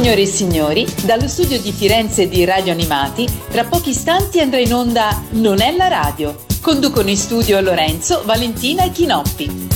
Signore e signori, dallo studio di Firenze di Radio Animati, tra pochi istanti andrà in onda Non è la radio. Conducono in studio Lorenzo, Valentina e Chinoppi.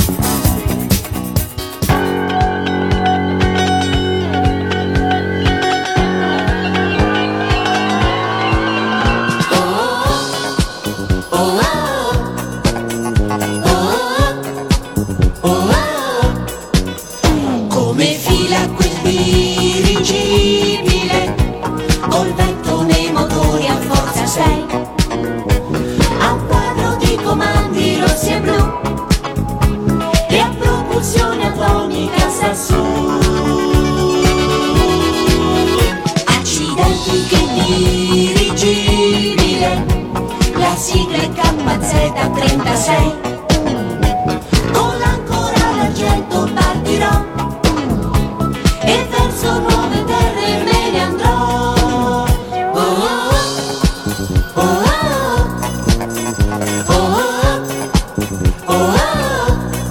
KZ36 con l'ancora d'argento partirò e verso nuove terre me ne andrò. Oh oh oh oh oh oh oh.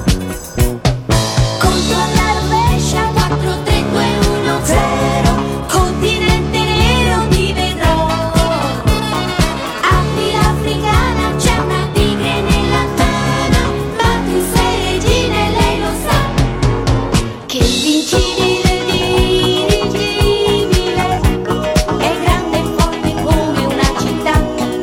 Conto alla rovescia 4, 3, 2, 1, 0. Continente nero ti vedrò. Apri l'africana, c'è una tigre nella tana, ma tu sei regina e lei lo sa. Che invincibile, dirigibile, è grande e forte come una città.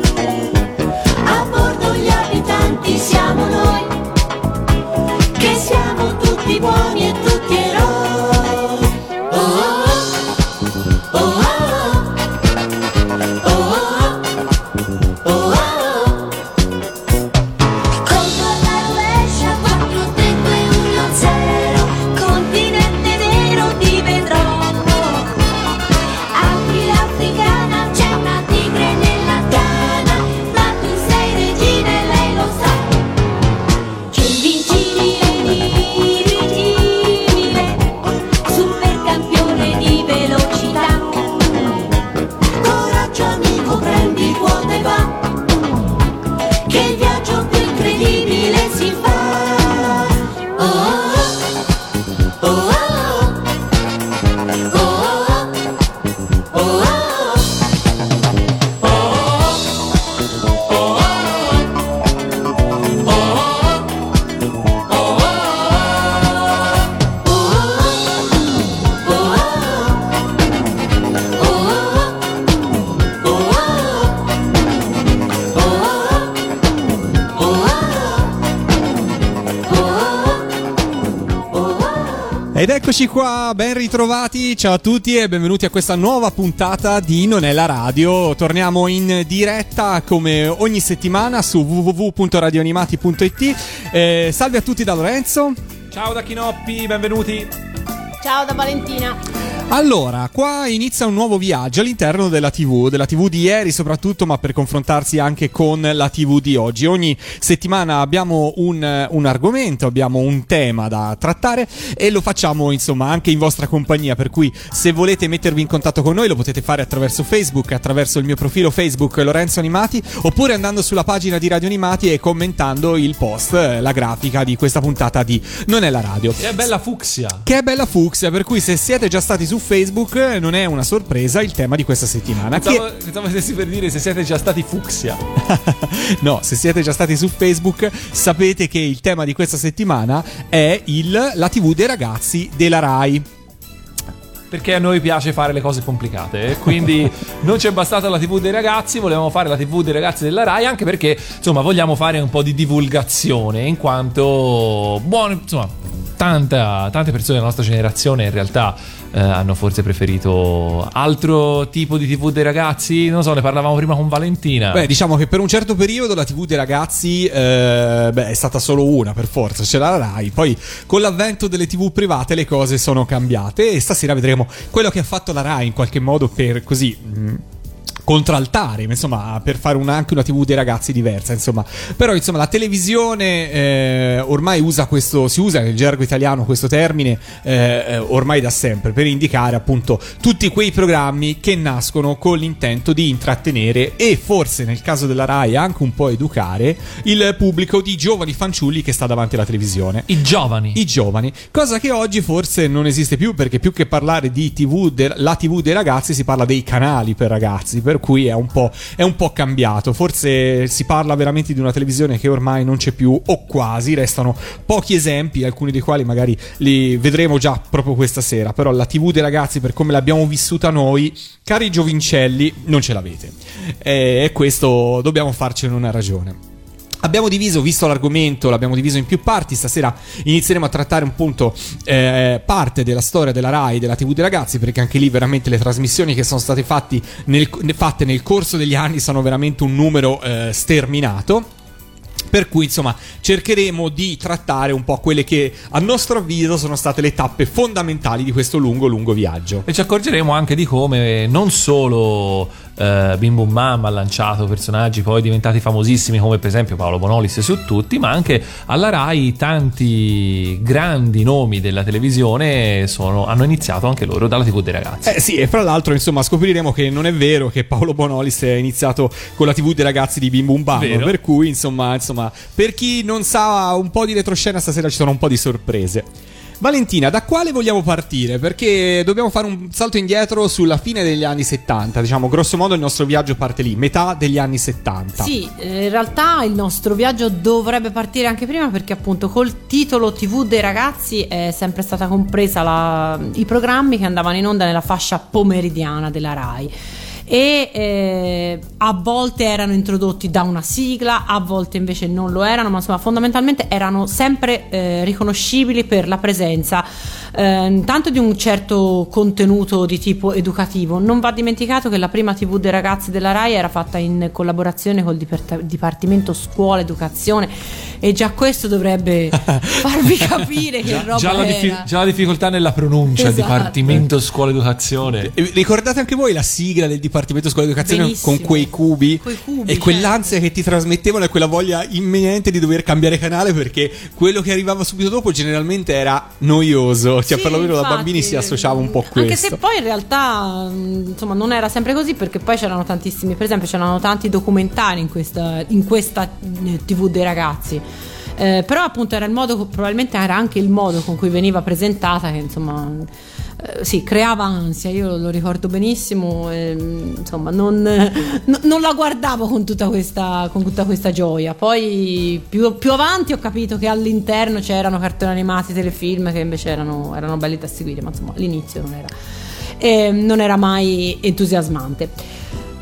A bordo gli abitanti siamo noi, che siamo tutti buoni e tutti eroi. Oh oh oh oh oh oh oh oh. Conto alla rovescia 4, 3, 2, 1, 0. Continente nero ti vedrò. Apri l'africana, c'è una tigre nella tana, ma tu sei regina e lei lo sa. Che invincibile, dirigibile, super campione di velocità. Coraggio amico, prendi quota e va, che il viaggio più incredibile si fa. Oh oh oh oh oh oh Ed eccoci qua, ben ritrovati, ciao a tutti e benvenuti a questa nuova puntata di Non è la radio. Torniamo in diretta come ogni settimana su www.radioanimati.it. Salve a tutti da Lorenzo. Ciao da Chinoppi, benvenuti. Ciao da Valentina. Allora, qua inizia un nuovo viaggio all'interno della TV di ieri soprattutto, ma per confrontarsi anche con la TV di oggi. Ogni settimana abbiamo un argomento, abbiamo un tema da trattare e lo facciamo insomma anche in vostra compagnia, per cui se volete mettervi in contatto con noi lo potete fare attraverso Facebook, attraverso il mio profilo Facebook Lorenzo Animati, oppure andando sulla pagina di Radio Animati e commentando il post, la grafica di questa puntata di Non è la radio. Che è bella fucsia. Per cui se siete già stati su Facebook non è una sorpresa il tema di questa settimana. Pensavo stessi per dire se siete già stati fucsia. No, se siete già stati su Facebook sapete che il tema di questa settimana è la TV dei ragazzi della Rai. Perché a noi piace fare le cose complicate e quindi non ci è bastata la TV dei ragazzi, volevamo fare la TV dei ragazzi della Rai, anche perché insomma vogliamo fare un po' di divulgazione, in quanto tante persone della nostra generazione in realtà hanno forse preferito altro tipo di TV dei ragazzi. Non so, ne parlavamo prima con Valentina. Beh, diciamo che per un certo periodo la TV dei ragazzi è stata solo una, per forza, c'era la Rai. Poi con l'avvento delle TV private le cose sono cambiate e stasera vedremo quello che ha fatto la Rai in qualche modo per così contraltare, insomma, per fare anche una TV dei ragazzi diversa, insomma. Però insomma la televisione ormai si usa nel gergo italiano questo termine ormai da sempre, per indicare appunto tutti quei programmi che nascono con l'intento di intrattenere e forse nel caso della Rai anche un po' educare il pubblico di giovani fanciulli che sta davanti alla televisione. I giovani, cosa che oggi forse non esiste più, perché più che parlare di la TV dei ragazzi si parla dei canali per ragazzi, per cui è un po' cambiato. Forse si parla veramente di una televisione che ormai non c'è più, o quasi. Restano pochi esempi, alcuni dei quali magari li vedremo già proprio questa sera. Però la TV dei ragazzi, per come l'abbiamo vissuta noi, cari giovincelli, non ce l'avete, e questo dobbiamo farcene una ragione. Abbiamo diviso, visto l'argomento, l'abbiamo diviso in più parti. Stasera inizieremo a trattare un punto parte della storia della Rai, della TV dei ragazzi, perché anche lì veramente le trasmissioni che sono state fatte nel corso degli anni sono veramente un numero sterminato. Per cui insomma cercheremo di trattare un po' quelle che a nostro avviso sono state le tappe fondamentali di questo lungo viaggio. E ci accorgeremo anche di come non solo Bim Bum Bam ha lanciato personaggi poi diventati famosissimi come per esempio Paolo Bonolis su tutti, ma anche alla Rai tanti grandi nomi della televisione hanno iniziato anche loro dalla TV dei ragazzi. Sì, e fra l'altro insomma scopriremo che non è vero che Paolo Bonolis è iniziato con la TV dei ragazzi di Bim Bum Bam. Vero. Per cui insomma per chi non sa un po' di retroscena, stasera ci sono un po' di sorprese. Valentina, da quale vogliamo partire? Perché dobbiamo fare un salto indietro sulla fine degli anni 70, diciamo grosso modo il nostro viaggio parte lì, metà degli anni 70. Sì, in realtà il nostro viaggio dovrebbe partire anche prima, perché appunto col titolo TV dei ragazzi è sempre stata compresa i programmi che andavano in onda nella fascia pomeridiana della Rai. E a volte erano introdotti da una sigla, a volte invece non lo erano, ma insomma fondamentalmente erano sempre riconoscibili per la presenza tanto di un certo contenuto di tipo educativo. Non va dimenticato che la prima TV dei ragazzi della Rai era fatta in collaborazione col Dipartimento Scuola Educazione, e già questo dovrebbe farvi capire che roba era. Già la difficoltà nella pronuncia, esatto. Dipartimento Scuola Educazione. Ricordate anche voi la sigla del Dipartimento Scuola Educazione? Benissimo. Con quei cubi e quell'ansia che ti trasmettevano e quella voglia imminente di dover cambiare canale, perché quello che arrivava subito dopo generalmente era noioso, cioè sì, perlomeno infatti, da bambini si associava un po' a questo. Anche se poi in realtà insomma non era sempre così, perché poi c'erano tantissimi, per esempio c'erano tanti documentari in questa TV dei ragazzi. Però appunto era il modo, probabilmente era anche il modo con cui veniva presentata che insomma sì, creava ansia. Io lo ricordo benissimo, insomma non la guardavo con tutta questa gioia. Poi più avanti ho capito che all'interno c'erano cartoni animati, telefilm che invece erano belli da seguire, ma insomma all'inizio non era mai entusiasmante.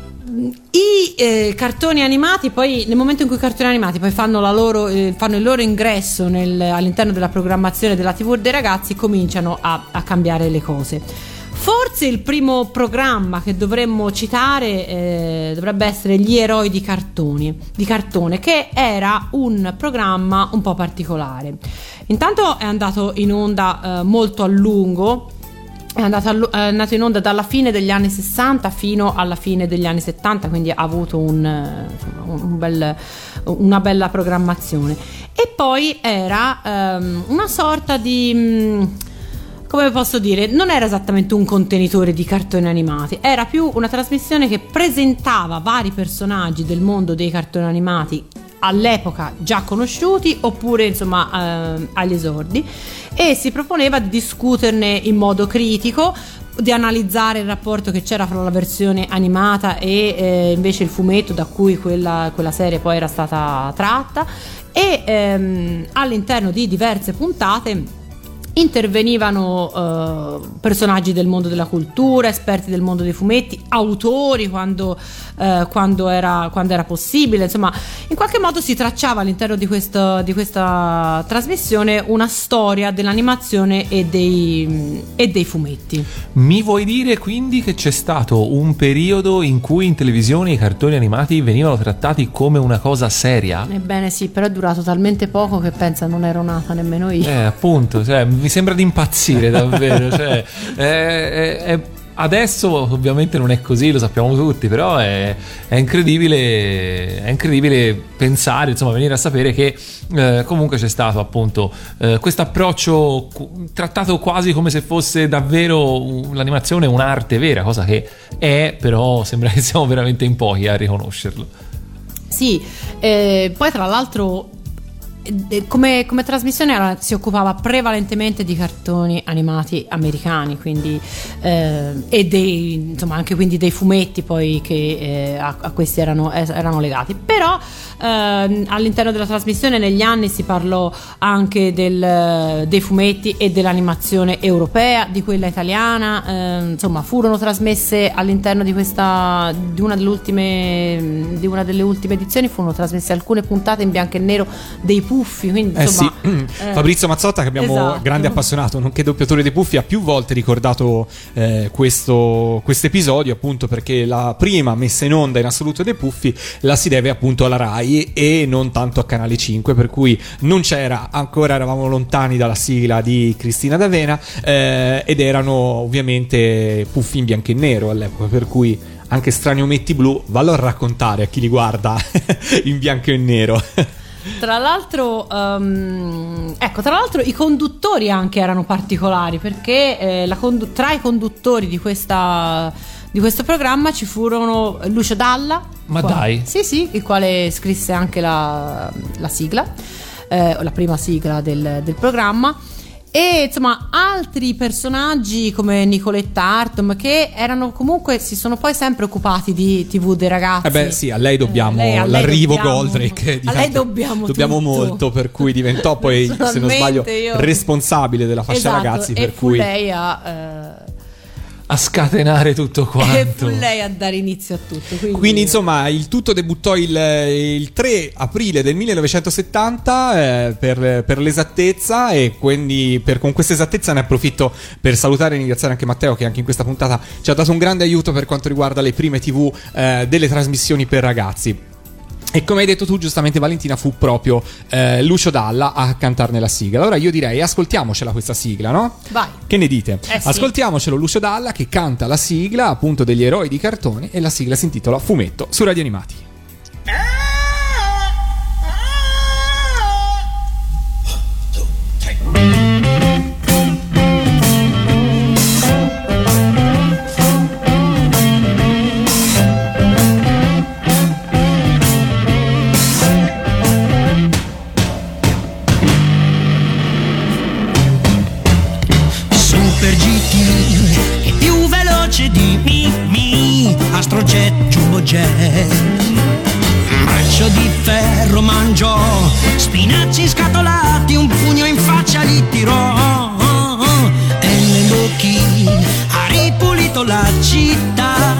I cartoni animati, poi nel momento in cui i cartoni animati poi fanno il loro ingresso all'interno della programmazione della TV dei ragazzi, cominciano a cambiare le cose. Forse il primo programma che dovremmo citare dovrebbe essere Gli eroi di cartone, che era un programma un po' particolare. Intanto è andato in onda molto a lungo. È andato in onda dalla fine degli anni 60 fino alla fine degli anni 70, quindi ha avuto una bella programmazione. E poi era una sorta di, come posso dire, non era esattamente un contenitore di cartoni animati, era più una trasmissione che presentava vari personaggi del mondo dei cartoni animati all'epoca già conosciuti oppure insomma agli esordi, e si proponeva di discuterne in modo critico, di analizzare il rapporto che c'era fra la versione animata e invece il fumetto da cui quella serie poi era stata tratta, e all'interno di diverse puntate intervenivano personaggi del mondo della cultura, esperti del mondo dei fumetti, autori quando era possibile. Insomma, in qualche modo si tracciava all'interno di questa trasmissione una storia dell'animazione e dei fumetti. Mi vuoi dire quindi che c'è stato un periodo in cui in televisione i cartoni animati venivano trattati come una cosa seria? Ebbene sì, però è durato talmente poco che pensa non ero nata nemmeno io. Appunto, cioè, mi sembra di impazzire davvero. Cioè, Adesso ovviamente non è così, lo sappiamo tutti, però è incredibile pensare, insomma, venire a sapere che comunque c'è stato appunto questo approccio trattato quasi come se fosse davvero l'animazione un'arte vera, cosa che è, però sembra che siamo veramente in pochi a riconoscerlo. Sì, poi tra l'altro come trasmissione si occupava prevalentemente di cartoni animati americani, quindi e insomma anche quindi dei fumetti poi che a questi erano legati, però all'interno della trasmissione negli anni si parlò anche dei fumetti e dell'animazione europea, di quella italiana, insomma furono trasmesse all'interno di una delle ultime edizioni, furono trasmesse alcune puntate in bianco e nero dei Puffi, quindi insomma, sì. Fabrizio Mazzotta, che abbiamo esatto. grande appassionato nonché doppiatore dei Puffi, ha più volte ricordato questo episodio, appunto perché la prima messa in onda in assoluto dei Puffi la si deve appunto alla Rai e non tanto a Canale 5, per cui non c'era ancora, eravamo lontani dalla sigla di Cristina D'Avena, ed erano ovviamente Puffi in bianco e nero all'epoca, per cui anche Strani Ometti Blu vallo a raccontare a chi li guarda in bianco e nero. Tra l'altro i conduttori anche erano particolari, perché tra i conduttori di questo programma ci furono Lucio Dalla, dai, sì, il quale scrisse anche la sigla, la prima sigla del programma, e insomma altri personaggi come Nicoletta Artom, che erano comunque, si sono poi sempre occupati di TV dei ragazzi. Sì, a lei dobbiamo l'arrivo Goldrake, a lei dobbiamo molto, per cui diventò poi, se non sbaglio, responsabile della fascia ragazzi, per cui lei a scatenare tutto quanto. E fu lei a dare inizio a tutto. Quindi insomma il tutto debuttò il 3 aprile del 1970 per l'esattezza, e quindi con questa esattezza ne approfitto per salutare e ringraziare anche Matteo, che anche in questa puntata ci ha dato un grande aiuto per quanto riguarda le prime TV delle trasmissioni per ragazzi. E come hai detto tu giustamente, Valentina, fu proprio Lucio Dalla a cantarne la sigla. Allora io direi ascoltiamocela questa sigla, no? Vai. Che ne dite? Sì. Ascoltiamocelo, Lucio Dalla che canta la sigla appunto degli eroi di cartoni, e la sigla si intitola Fumetto su Radio Animati. Astrojet, Jumbojet, braccio di ferro mangiò, spinaci scatolati, un pugno in faccia gli tirò, e negli occhi ha ripulito la città.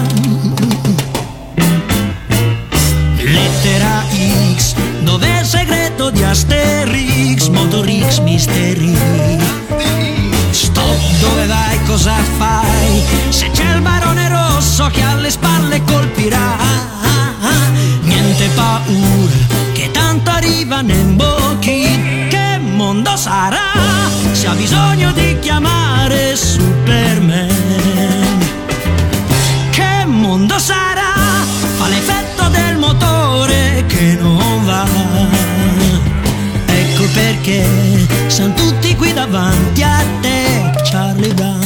Lettera X, dov'è il segreto di Asterix, Motorix, Misteri. Stop, dove vai, cosa fai? Se c'è il barone rosso che alle spalle colpirà, niente paura, che tanto arriva Nembocchi. Che mondo sarà se ha bisogno di chiamare Superman? Che mondo sarà? Fa l'effetto del motore che non va. Ecco perché siamo tutti qui davanti a te, Charlie Brown.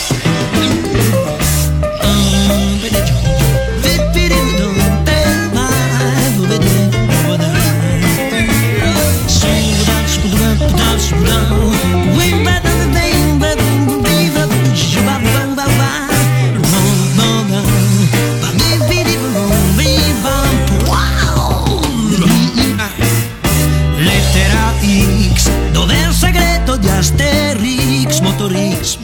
Lettera X, dov'è il segreto di Asterix, Motorix,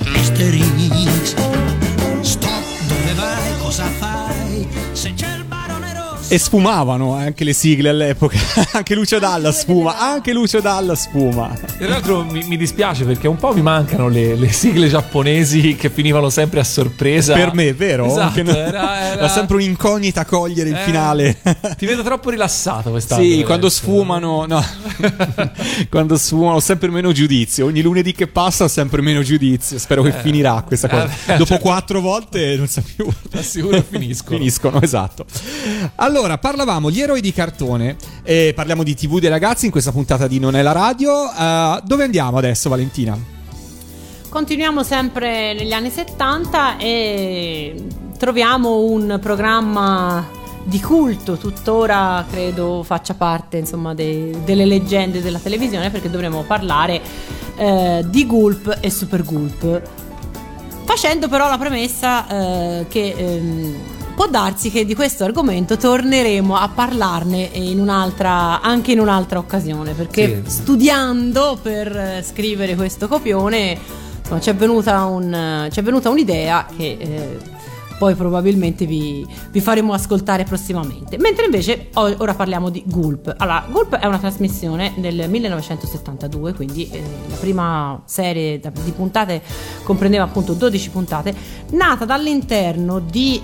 Misterix? Stop, dove vai, cosa fai? Se c'è il barone rosso E sfumavano anche le sigle all'epoca. Anche Lucio Dalla sfuma. Anche Lucio Dalla sfuma. Tra l'altro mi dispiace perché un po' mi mancano le sigle giapponesi che finivano sempre a sorpresa. Per me, vero? Esatto, Che era sempre un'incognita cogliere il finale. Ti vedo troppo rilassato quest'anno. Sì, quando sfumano, no. Quando sfumano ho sempre meno giudizio. Ogni lunedì che passa ho sempre meno giudizio. Spero che finirà questa cosa. Dopo 4 volte non sa più. Sicuro Finiscono, esatto. Allora, parlavamo gli eroi di cartone. Parliamo di TV dei ragazzi in questa puntata di Non è la radio. Dove andiamo adesso, Valentina? Continuiamo sempre negli anni 70 e troviamo un programma di culto, tuttora credo faccia parte, insomma, delle leggende della televisione, perché dovremo parlare di Gulp e Super Gulp, facendo però la premessa che può darsi che di questo argomento torneremo a parlarne anche in un'altra occasione, perché sì, studiando per scrivere questo copione, insomma, ci è venuta un'idea che poi probabilmente vi faremo ascoltare prossimamente. Mentre invece ora parliamo di Gulp. Allora, Gulp è una trasmissione del 1972, quindi la prima serie di puntate comprendeva appunto 12 puntate, nata dall'intento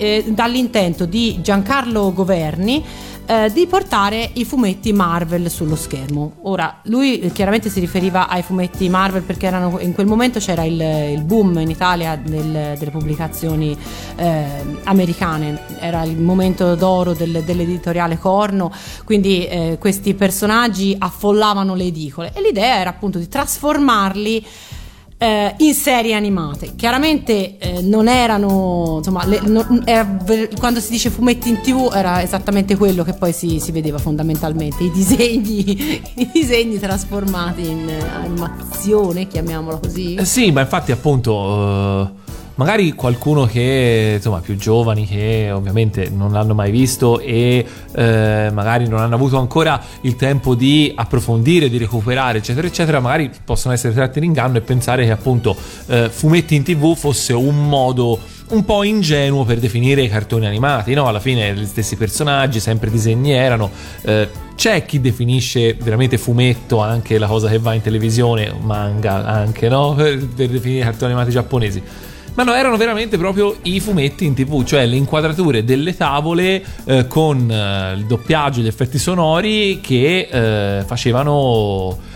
di Giancarlo Governi di portare i fumetti Marvel sullo schermo. Ora, lui chiaramente si riferiva ai fumetti Marvel perché in quel momento c'era il boom in Italia delle pubblicazioni americane, era il momento d'oro dell'editoriale Corno, quindi questi personaggi affollavano le edicole e l'idea era appunto di trasformarli in serie animate. Chiaramente non erano, insomma, quando si dice fumetti in TV era esattamente quello che poi si vedeva fondamentalmente, i disegni trasformati in animazione, chiamiamola così. Sì, ma infatti appunto magari qualcuno che, insomma, più giovani, che ovviamente non l'hanno mai visto e magari non hanno avuto ancora il tempo di approfondire, di recuperare, eccetera eccetera, magari possono essere tratti in inganno e pensare che appunto fumetti in TV fosse un modo un po' ingenuo per definire i cartoni animati, no? Alla fine gli stessi personaggi, sempre disegni erano. C'è chi definisce veramente fumetto anche la cosa che va in televisione, manga anche, no? Per definire i cartoni animati giapponesi. Ma no, erano veramente proprio i fumetti in TV, cioè le inquadrature delle tavole con il doppiaggio, gli effetti sonori che facevano.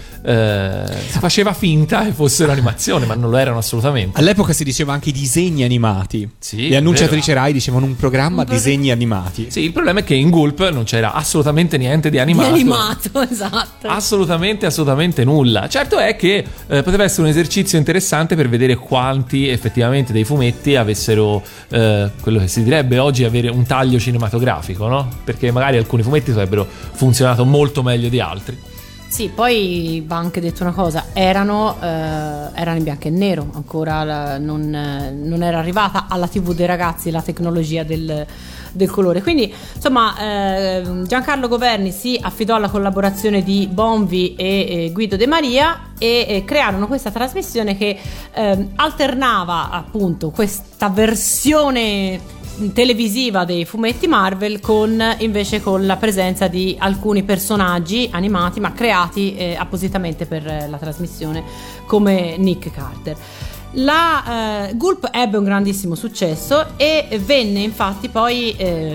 Si faceva finta che fossero animazione, ma non lo erano assolutamente. All'epoca si diceva anche disegni animati. Sì, le annunciatrici Rai dicevano un programma disegni animati. Sì, il problema è che in Gulp non c'era assolutamente niente di animato. Esatto. Assolutamente nulla. Certo è che poteva essere un esercizio interessante per vedere quanti effettivamente dei fumetti avessero quello che si direbbe oggi avere un taglio cinematografico, no? Perché magari alcuni fumetti avrebbero funzionato molto meglio di altri. Sì, poi va anche detto una cosa, erano in bianco e nero, ancora non era arrivata alla TV dei ragazzi la tecnologia del colore. Quindi insomma Giancarlo Governi si affidò alla collaborazione di Bonvi e Guido De Maria e crearono questa trasmissione che alternava appunto questa versione televisiva dei fumetti Marvel con la presenza di alcuni personaggi animati ma creati appositamente per la trasmissione, come Nick Carter. La Gulp ebbe un grandissimo successo e venne infatti poi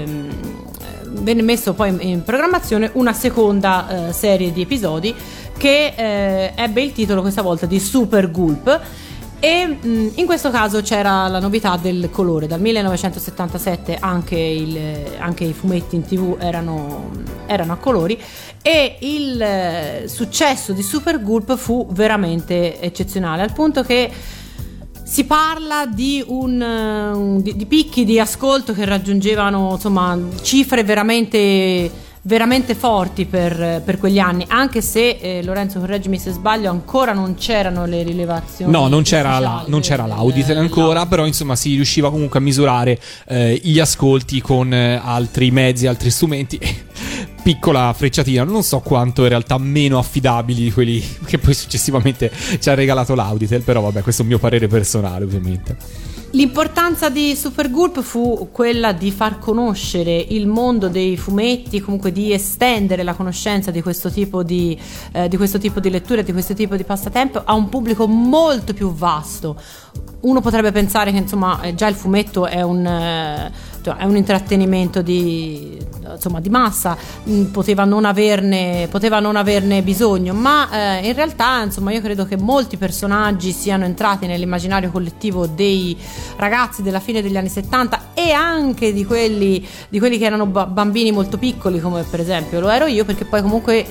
venne messo poi in programmazione una seconda serie di episodi che ebbe il titolo questa volta di Super Gulp. E in questo caso c'era la novità del colore. Dal 1977 anche i fumetti in TV erano a colori e il successo di Super Gulp fu veramente eccezionale, al punto che si parla di picchi di ascolto che raggiungevano, insomma, cifre veramente forti per quegli anni, anche se Lorenzo, correggimi se sbaglio, ancora non c'erano le rilevazioni. No, non c'era l'Auditel ancora, però insomma si riusciva comunque a misurare gli ascolti con altri mezzi, altri strumenti. Piccola frecciatina, non so quanto in realtà meno affidabili di quelli che poi successivamente ci ha regalato l'Auditel, però vabbè, questo è un mio parere personale, ovviamente. L'importanza di Supergulp fu quella di far conoscere il mondo dei fumetti, comunque di estendere la conoscenza di questo tipo di letture, di questo tipo di passatempo a un pubblico molto più vasto. Uno potrebbe pensare che insomma già il fumetto è un intrattenimento di massa, poteva non averne bisogno, ma in realtà insomma io credo che molti personaggi siano entrati nell'immaginario collettivo dei ragazzi della fine degli anni 70 e anche di quelli che erano bambini molto piccoli, come per esempio lo ero io, perché poi comunque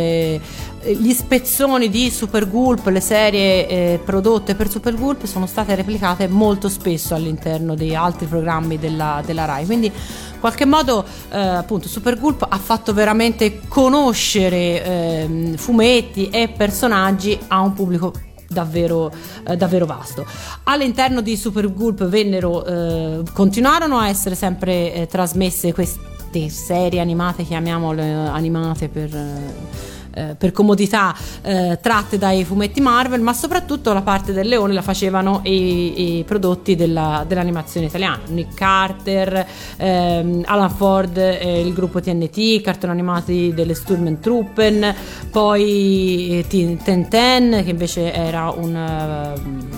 gli spezzoni di Supergulp, le serie prodotte per Supergulp sono state replicate molto spesso all'interno di altri programmi della Rai, quindi in qualche modo appunto Supergulp ha fatto veramente conoscere fumetti e personaggi a un pubblico davvero vasto. All'interno di Supergulp continuarono a essere sempre trasmesse queste serie animate, chiamiamole animate per comodità, tratte dai fumetti Marvel, ma soprattutto la parte del leone la facevano i prodotti dell'animazione italiana, Nick Carter, Alan Ford, il gruppo TNT, cartoni animati delle Sturmtruppen, poi Tintin, che invece era una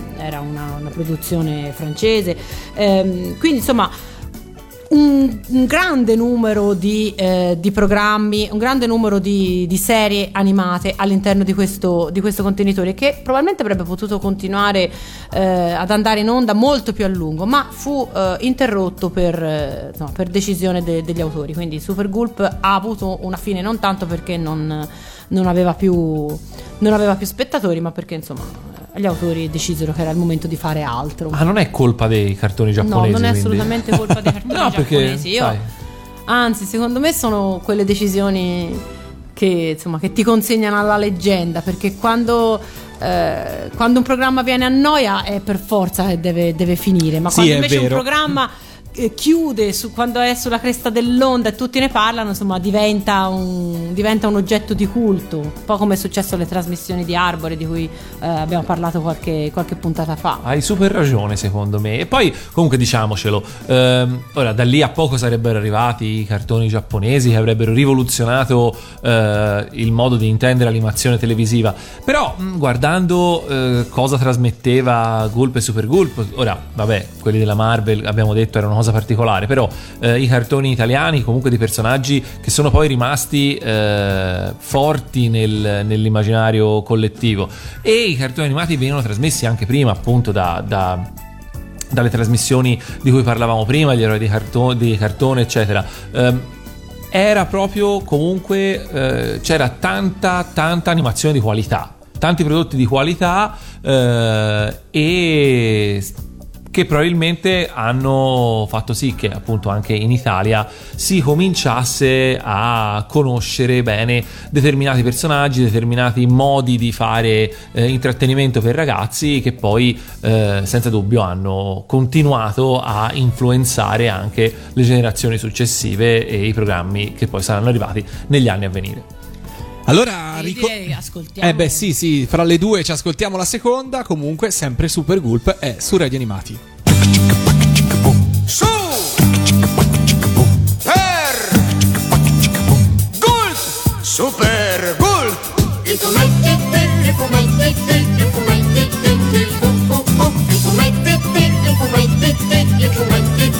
produzione francese, quindi insomma un grande numero di programmi, un grande numero di serie animate all'interno di questo contenitore, che probabilmente avrebbe potuto continuare ad andare in onda molto più a lungo, ma fu interrotto per decisione degli autori. Quindi Supergulp ha avuto una fine non tanto perché non aveva più spettatori, ma perché insomma gli autori decisero che era il momento di fare altro. Ah, non è colpa dei cartoni giapponesi? No, non è quindi assolutamente colpa dei cartoni no, giapponesi. Anzi, secondo me sono quelle decisioni che ti consegnano alla leggenda, perché quando un programma viene a noia è per forza che deve finire, ma quando invece un programma chiude quando è sulla cresta dell'onda e tutti ne parlano, insomma diventa un oggetto di culto, un po' come è successo alle trasmissioni di Arbore di cui abbiamo parlato qualche puntata fa. Hai super ragione, secondo me. E poi comunque diciamocelo, ora da lì a poco sarebbero arrivati i cartoni giapponesi che avrebbero rivoluzionato il modo di intendere l'animazione televisiva, però guardando cosa trasmetteva Gulp e Supergulp, ora vabbè, quelli della Marvel abbiamo detto erano cosa particolare, però i cartoni italiani comunque di personaggi che sono poi rimasti forti nell'immaginario collettivo, e i cartoni animati venivano trasmessi anche prima, appunto dalle trasmissioni di cui parlavamo prima, gli eroi di cartone eccetera. Era proprio comunque c'era tanta animazione di qualità, tanti prodotti di qualità e che probabilmente hanno fatto sì che appunto anche in Italia si cominciasse a conoscere bene determinati personaggi, determinati modi di fare intrattenimento per ragazzi, che poi senza dubbio hanno continuato a influenzare anche le generazioni successive e i programmi che poi saranno arrivati negli anni a venire. Allora ascoltiamo. Sì, fra le due ci ascoltiamo la seconda. Comunque sempre Supergulp è su Radio Animati. Su per Gulp, Supergulp. I fumetti, i fumetti, i fumetti, i fumetti, i fumetti, i fumetti.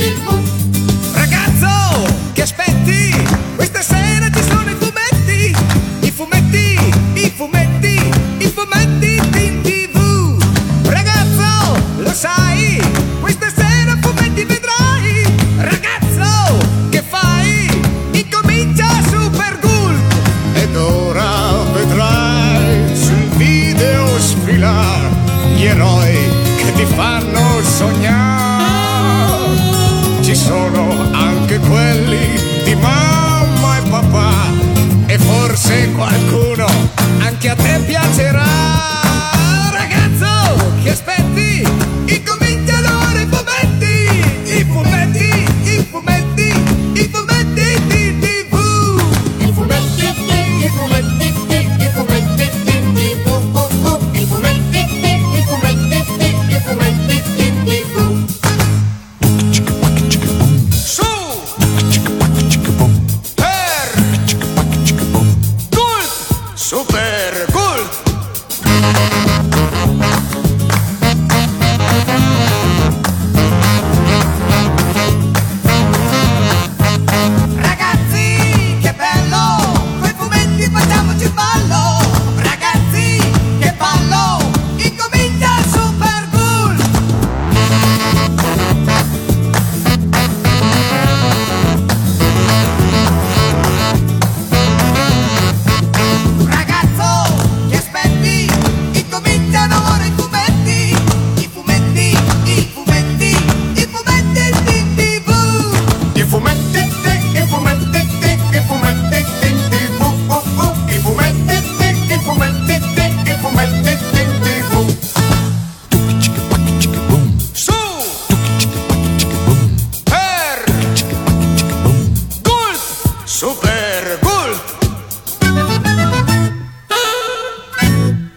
Ragazzo, che aspetti? Questa sera ci sono i fumetti, i fumetti, i fumetti, i fumetti in TV. Ragazzo, lo sai? Questa sera fumetti vedrai. Ragazzo, che fai? Incomincia Supergulp ed ora vedrai sul video sfilare gli eroi che ti fanno sognare. Ci sono anche quelli di mamma e papà, e forse qualcuno anche a te piacerà. Ragazzo, che aspetti? Incominciano ora i fumetti, i fumetti, i fumetti, i fumetti di TV. I fumetti, i fumetti, i fumetti in TV. I fumetti, i fumetti, i fumetti in TV.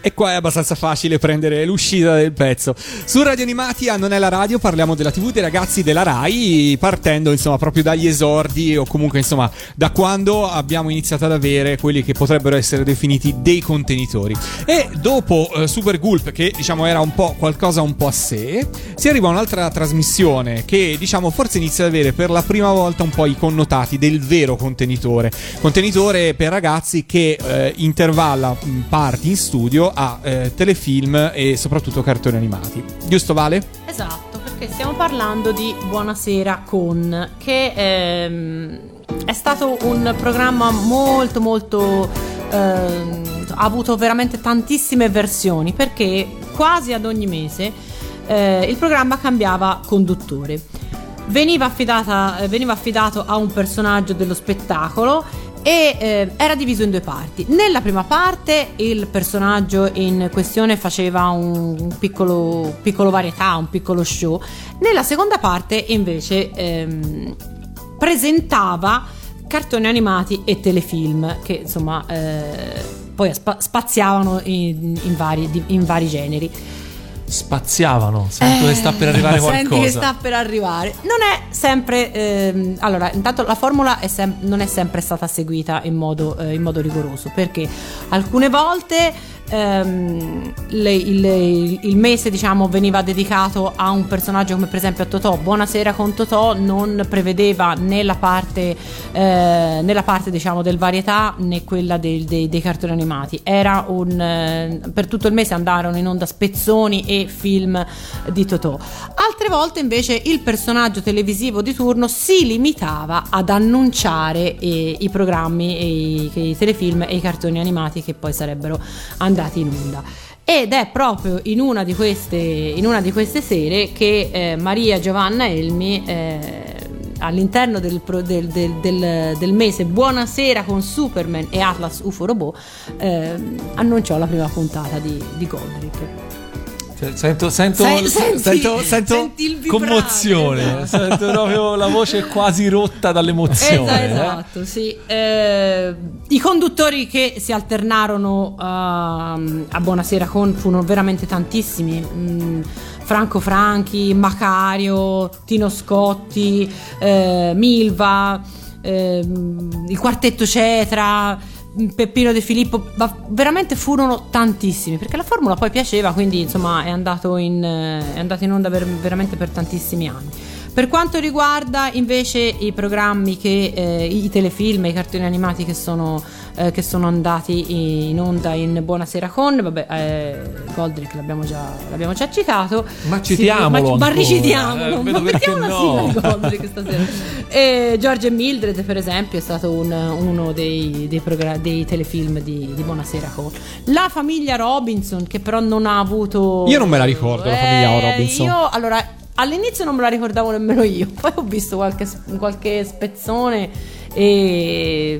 E qua è abbastanza facile prendere l'uscita del pezzo. Su Radio Animati a Non è la radio parliamo della TV dei ragazzi della Rai, partendo insomma proprio dagli esordi, o comunque insomma da quando abbiamo iniziato ad avere quelli che potrebbero essere definiti dei contenitori. E dopo Super Gulp, che diciamo era un po' qualcosa un po' a sé, si arriva a un'altra trasmissione che diciamo forse inizia ad avere per la prima volta un po' i connotati del vero contenitore per ragazzi che intervalla parti in studio a telefilm e soprattutto cartoni animati. Giusto, Vale? Esatto, perché stiamo parlando di Buonasera con, che è stato un programma molto molto ha avuto veramente tantissime versioni, perché quasi ad ogni mese il programma cambiava conduttore. Veniva affidato a un personaggio dello spettacolo e era diviso in due parti. Nella prima parte il personaggio in questione faceva un piccolo varietà, un piccolo show. Nella seconda parte invece presentava cartoni animati e telefilm che insomma poi spaziavano in vari generi. Spaziavano, sento che sta per arrivare qualcosa. Senti che sta per arrivare. Non è sempre allora, intanto la formula non è sempre stata seguita in modo rigoroso, perché alcune volte il mese diciamo veniva dedicato a un personaggio, come per esempio a Totò. Buonasera con Totò non prevedeva né la parte diciamo del varietà né quella dei cartoni animati. Era per tutto il mese andarono in onda spezzoni e film di Totò. Altre volte invece il personaggio televisivo di turno si limitava ad annunciare i programmi e i telefilm e i cartoni animati che poi sarebbero andati in onda. Ed è proprio in una di queste sere che Maria Giovanna Elmi all'interno del mese Buonasera con Superman e Atlas UFO Robot annunciò la prima puntata di Godric. Sento il commozione, sento proprio la voce quasi rotta dall'emozione. Esatto, sì. I conduttori che si alternarono a Buonasera con furono veramente tantissimi. Franco Franchi, Macario, Tino Scotti, Milva, il Quartetto Cetra, Peppino De Filippo, veramente furono tantissimi, perché la formula poi piaceva, quindi insomma è andato in onda veramente per tantissimi anni. Per quanto riguarda invece i programmi i telefilm e i cartoni animati che sono andati in onda in Buonasera con, Goldrick l'abbiamo già citato, ma citiamolo, ma ricitiamolo, ma mettiamo una sigla di Goldrick stasera. George e Mildred per esempio è stato uno dei telefilm di Buonasera con. La famiglia Robinson, che però non ha avuto, io non me la ricordo la famiglia Robinson. Io allora all'inizio non me la ricordavo nemmeno io, poi ho visto qualche spezzone e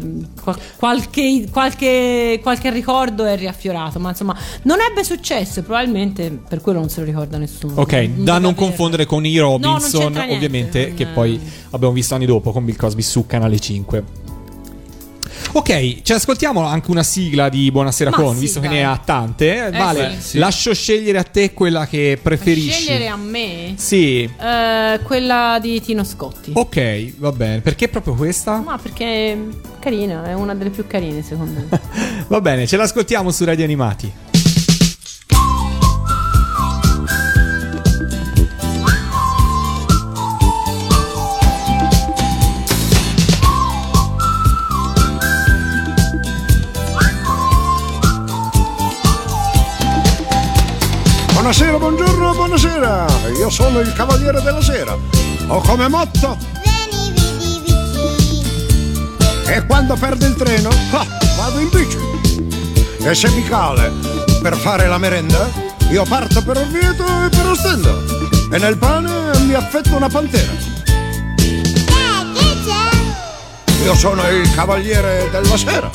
qualche ricordo è riaffiorato, ma insomma non ebbe successo e probabilmente per quello non se lo ricorda nessuno. Ok, da non confondere con i Robinson, no, ovviamente, che poi abbiamo visto anni dopo con Bill Cosby su Canale 5. Ok, ci ascoltiamo anche una sigla di Buonasera con, sì, visto che ne ha tante. Vale, sì. Lascio scegliere a te quella che preferisci. Scegliere a me? Sì. Quella di Tino Scotti. Ok, va bene. Perché proprio questa? Ma perché è carina, è una delle più carine secondo me. Va bene, ce l'ascoltiamo su Radio Animati. Buonasera, buongiorno, buonasera. Io sono il Cavaliere della Sera. Ho come motto: Vieni, vidi, vici. e quando perdo il treno, vado in bici. E se mi cale per fare la merenda, io parto per Orvieto e per Ostenda. E nel pane mi affetto una pantera. Che c'è? Io sono il Cavaliere della Sera.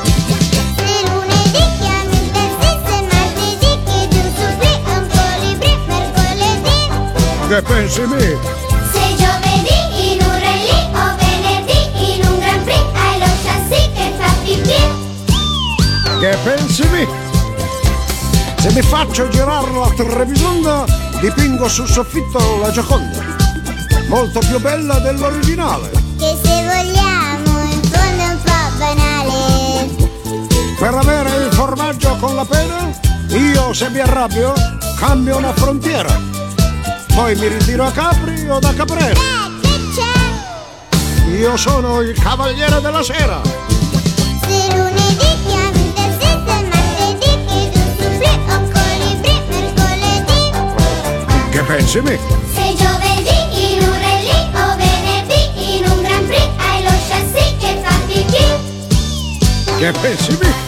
Che pensi me? Se giovedì in un rally o venerdì in un Grand Prix hai lo chassis che fa pipì. Che pensi me? Mi faccio girare la Trebisonda, dipingo sul soffitto la Gioconda, molto più bella dell'originale. Che se vogliamo in fondo è un po' banale. Per avere il formaggio con la pera, io se mi arrabbio cambio una frontiera. Poi mi ritiro a Capri o da Caprera. Che c'è? Io sono il cavaliere della sera. Se lunedì chiami il tassista e martedì chiedo un soufflé o colibrì mercoledì. Che pensi me? Se giovedì in un rally o venerdì in un Grand Prix hai lo chassis che fa pipì. Che pensi me?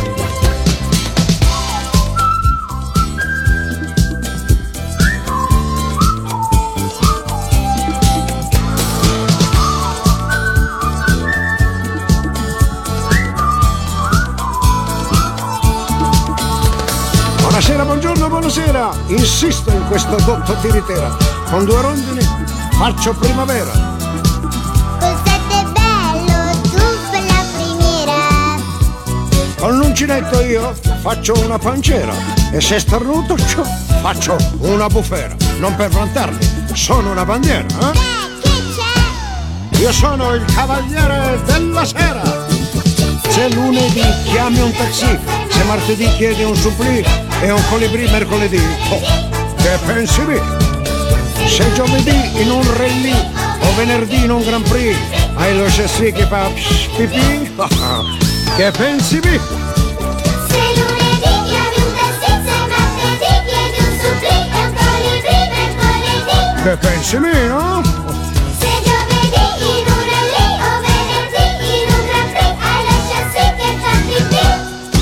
Buonasera, buongiorno, buonasera. Insisto in questo dotto tiritera. Con 2 rondini faccio primavera. Col 7 è bello, tu per la primiera. Con l'uncinetto io faccio una pancera. E se starnuto faccio una bufera. Non per vantarmi, sono una bandiera, Che c'è? Io sono il cavaliere della sera. Se lunedì chiami un taxi, se martedì chiedi un supplì e un colibrì mercoledì, che pensi me? Se giovedì in un rally o venerdì in un Grand Prix hai lo chassis che fa pipì, che pensi me? Se lunedì chiami un tassista e martedì chiedi un supplì e un colibrì mercoledì. Che pensi me, no? Se giovedì in un rally o venerdì in un Grand Prix hai lo chassis che fa pipì.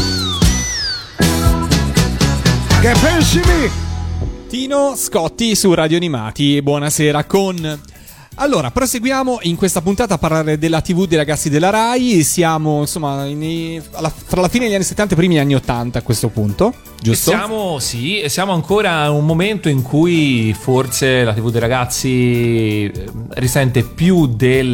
Che pensi me? Tino Scotti su Radio Animati, buonasera con... Allora, proseguiamo in questa puntata a parlare della TV dei ragazzi della Rai. Siamo, insomma, tra la fine degli anni 70 e i primi anni 80 a questo punto, giusto? Siamo ancora in un momento in cui forse la TV dei ragazzi risente più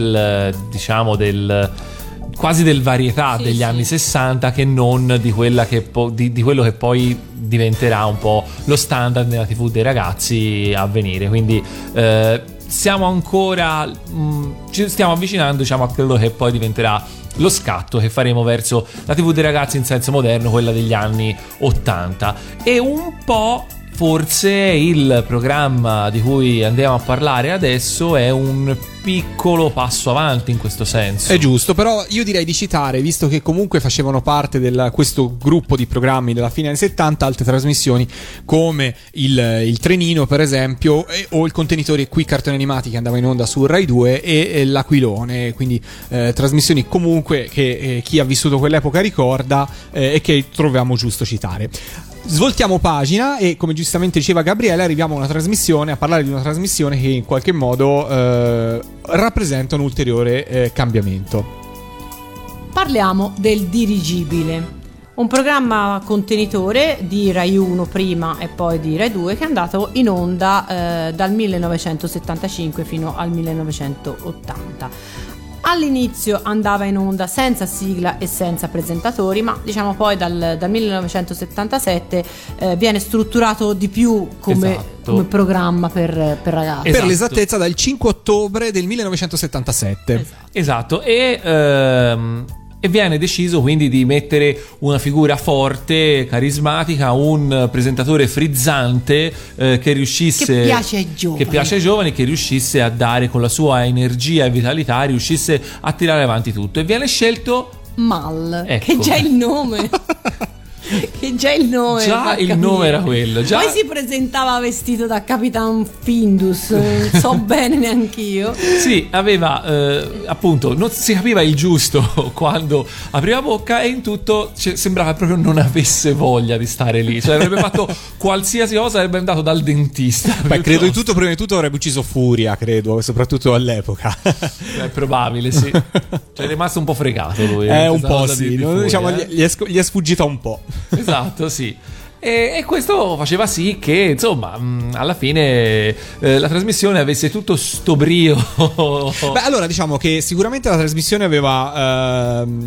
quasi del varietà degli anni 60 che non di quella di quello che poi diventerà un po' lo standard nella TV dei ragazzi a venire. Quindi siamo ancora ci stiamo avvicinando, diciamo, a quello che poi diventerà lo scatto che faremo verso la TV dei ragazzi in senso moderno, quella degli anni 80. E un po' forse il programma di cui andiamo a parlare adesso è un piccolo passo avanti in questo senso. È giusto, però io direi di citare, visto che comunque facevano parte di questo gruppo di programmi della fine anni 70, altre trasmissioni come il Trenino, per esempio, o il Contenitore qui cartoni animati che andava in onda su Rai 2 e l'Aquilone, quindi trasmissioni comunque che chi ha vissuto quell'epoca ricorda e che troviamo giusto citare. Svoltiamo pagina e, come giustamente diceva Gabriele, arriviamo a parlare di una trasmissione che in qualche modo rappresenta un ulteriore cambiamento. Parliamo del Dirigibile, un programma contenitore di Rai 1 prima e poi di Rai 2 che è andato in onda dal 1975 fino al 1980. All'inizio andava in onda senza sigla e senza presentatori, ma diciamo poi dal 1977 viene strutturato di più come programma per ragazzi. Per l'esattezza dal 5 ottobre del 1977. Esatto. E viene deciso quindi di mettere una figura forte, carismatica, un presentatore frizzante che riuscisse, che piace ai giovani, che riuscisse a dare con la sua energia e vitalità, riuscisse a tirare avanti tutto. E viene scelto Mal, ecco, che già il nome. Che già il nome era quello. Poi si presentava vestito da Capitan Findus, non so bene neanch'io. Sì, aveva appunto, non si capiva il giusto quando apriva bocca e in tutto sembrava proprio non avesse voglia di stare lì. Cioè avrebbe fatto qualsiasi cosa, avrebbe andato dal dentista. Beh, credo di tutto, prima di tutto avrebbe ucciso Furia, credo, soprattutto all'epoca. È probabile, sì. Cioè è rimasto un po' fregato lui. Un po' sì, diciamo gli è sfuggita un po'. Esatto, sì. E questo faceva sì che, insomma, alla fine la trasmissione avesse tutto sto brio. Beh, allora diciamo che sicuramente la trasmissione aveva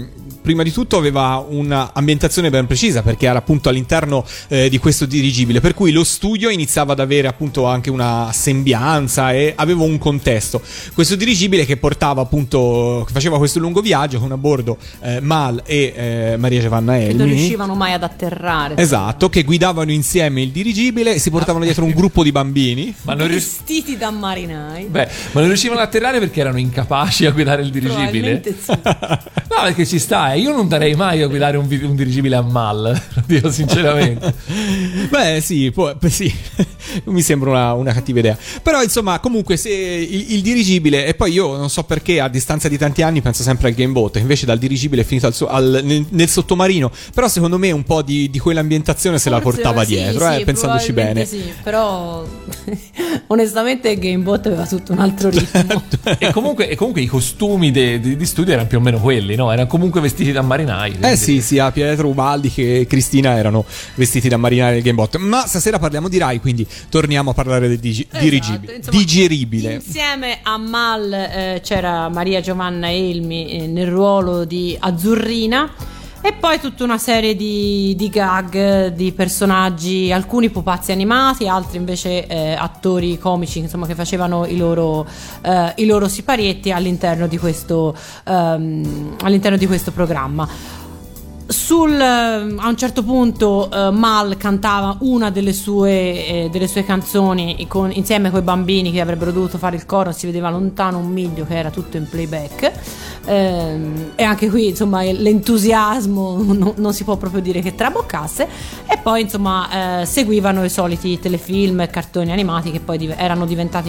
prima di tutto aveva un'ambientazione ben precisa, perché era appunto all'interno di questo dirigibile, per cui lo studio iniziava ad avere appunto anche una sembianza e aveva un contesto. Questo dirigibile che portava appunto, che faceva questo lungo viaggio con a bordo Mal e Maria Giovanna Elmi, che non riuscivano mai ad atterrare. esatto, che guidavano insieme il dirigibile e si portavano dietro un gruppo di bambini, Ma non, vestiti da marinai. ma non riuscivano ad atterrare perché erano incapaci a guidare il dirigibile. Probabilmente sì. No, perché ci sta, io non darei mai a guidare un dirigibile a Mal, lo dico sinceramente. Beh sì, sì. Mi sembra una cattiva idea. Però insomma, comunque se il dirigibile, e poi io non so perché a distanza di tanti anni penso sempre al Gamebot, invece dal dirigibile è finito nel sottomarino. Però secondo me un po' di quell'ambientazione se la portava dietro, sì, pensandoci bene. Sì, però onestamente il Gamebot aveva tutto un altro ritmo. E comunque i costumi di studio erano più o meno quelli, no? Erano comunque vestiti da marinai. Quindi... Sì, sia Pietro Ubaldi che Cristina erano vestiti da marinai del Gamebot. Ma stasera parliamo di Rai, quindi torniamo a parlare del dirigibile. Insomma, digeribile. Insieme a Mal c'era Maria Giovanna Elmi nel ruolo di Azzurrina. E poi tutta una serie di gag, di personaggi, alcuni pupazzi animati, altri invece attori comici, insomma, che facevano i loro siparietti all'interno di questo programma. A un certo punto Mal cantava una delle sue canzoni insieme coi bambini che avrebbero dovuto fare il coro, si vedeva lontano un miglio che era tutto in playback, e anche qui insomma l'entusiasmo non si può proprio dire che traboccasse. E poi insomma seguivano i soliti telefilm, cartoni animati che poi erano diventati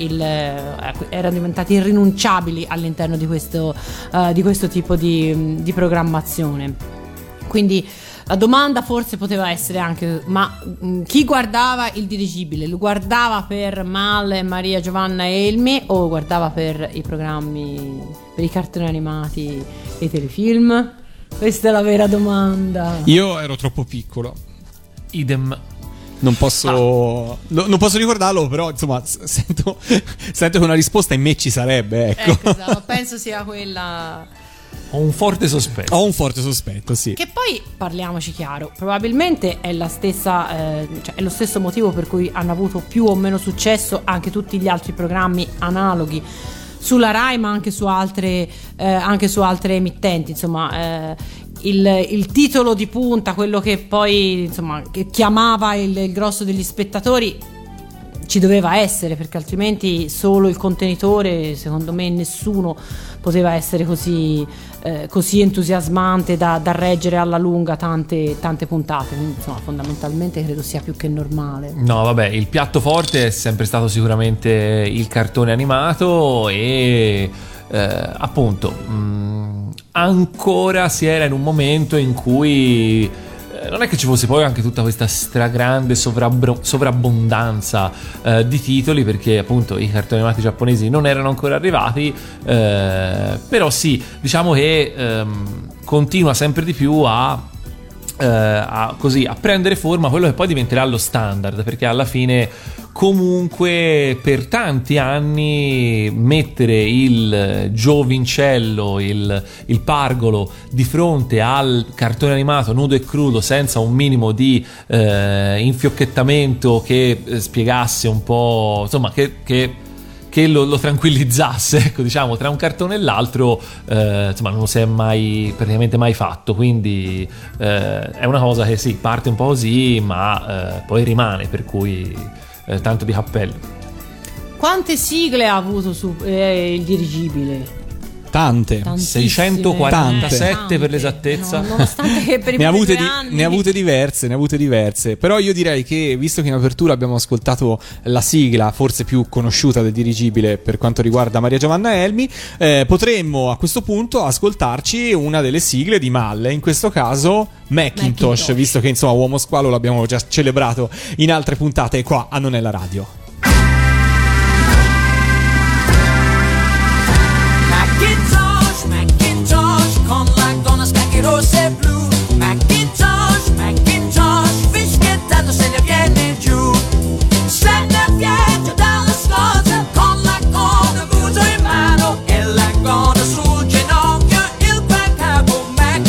irrinunciabili all'interno di questo tipo di programmazione. Quindi la domanda forse poteva essere anche: ma chi guardava il dirigibile? Lo guardava per Mal e Maria Giovanna Elmi o lo guardava per i programmi, per i cartoni animati e i telefilm? Questa è la vera domanda. Io ero troppo piccolo. Idem. Non posso ricordarlo, però insomma sento che una risposta in me ci sarebbe, ecco. Esatto, penso sia quella. Ho un forte sospetto, sì. Che poi, parliamoci chiaro, probabilmente è la stessa, cioè è lo stesso motivo per cui hanno avuto più o meno successo anche tutti gli altri programmi analoghi sulla Rai, ma anche su altre emittenti. Insomma, il titolo di punta, quello che poi insomma che chiamava il grosso degli spettatori, ci doveva essere, perché altrimenti solo il contenitore, secondo me nessuno poteva essere così entusiasmante da reggere alla lunga tante puntate. Quindi insomma fondamentalmente credo sia più che normale. No, vabbè, il piatto forte è sempre stato sicuramente il cartone animato e appunto ancora si era in un momento in cui non è che ci fosse poi anche tutta questa stragrande sovrabbondanza di titoli, perché appunto i cartoni animati giapponesi non erano ancora arrivati, però sì, diciamo che continua sempre di più a prendere forma quello che poi diventerà lo standard, perché alla fine comunque per tanti anni mettere il giovincello, il pargolo di fronte al cartone animato nudo e crudo, senza un minimo di infiocchettamento che spiegasse un po', insomma, che lo tranquillizzasse, ecco, diciamo, tra un cartone e l'altro, insomma, non si è praticamente mai fatto. Quindi è una cosa che sì, parte un po' così, ma poi rimane, per cui tanto di cappello. Quante sigle ha avuto il dirigibile? Tante. 647 per l'esattezza. No, nonostante che per i ne ha anni... avute diverse. Però io direi che, visto che in apertura abbiamo ascoltato la sigla forse più conosciuta del dirigibile per quanto riguarda Maria Giovanna Elmi, potremmo a questo punto ascoltarci una delle sigle di Mal, in questo caso Macintosh, visto che insomma Uomo Squalo l'abbiamo già celebrato in altre puntate qua a Non è la radio. Rosse e blu, Macintosh, fischiettando se ne viene giù. Se ne viene dalla scorza con la coda muso in mano e la coda sul ginocchio, il quel capo Macintosh.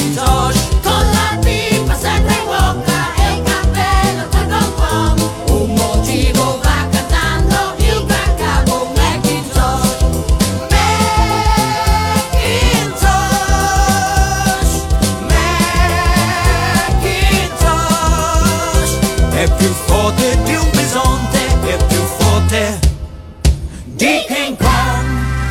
forte di un bisonte, è più forte di King Kong.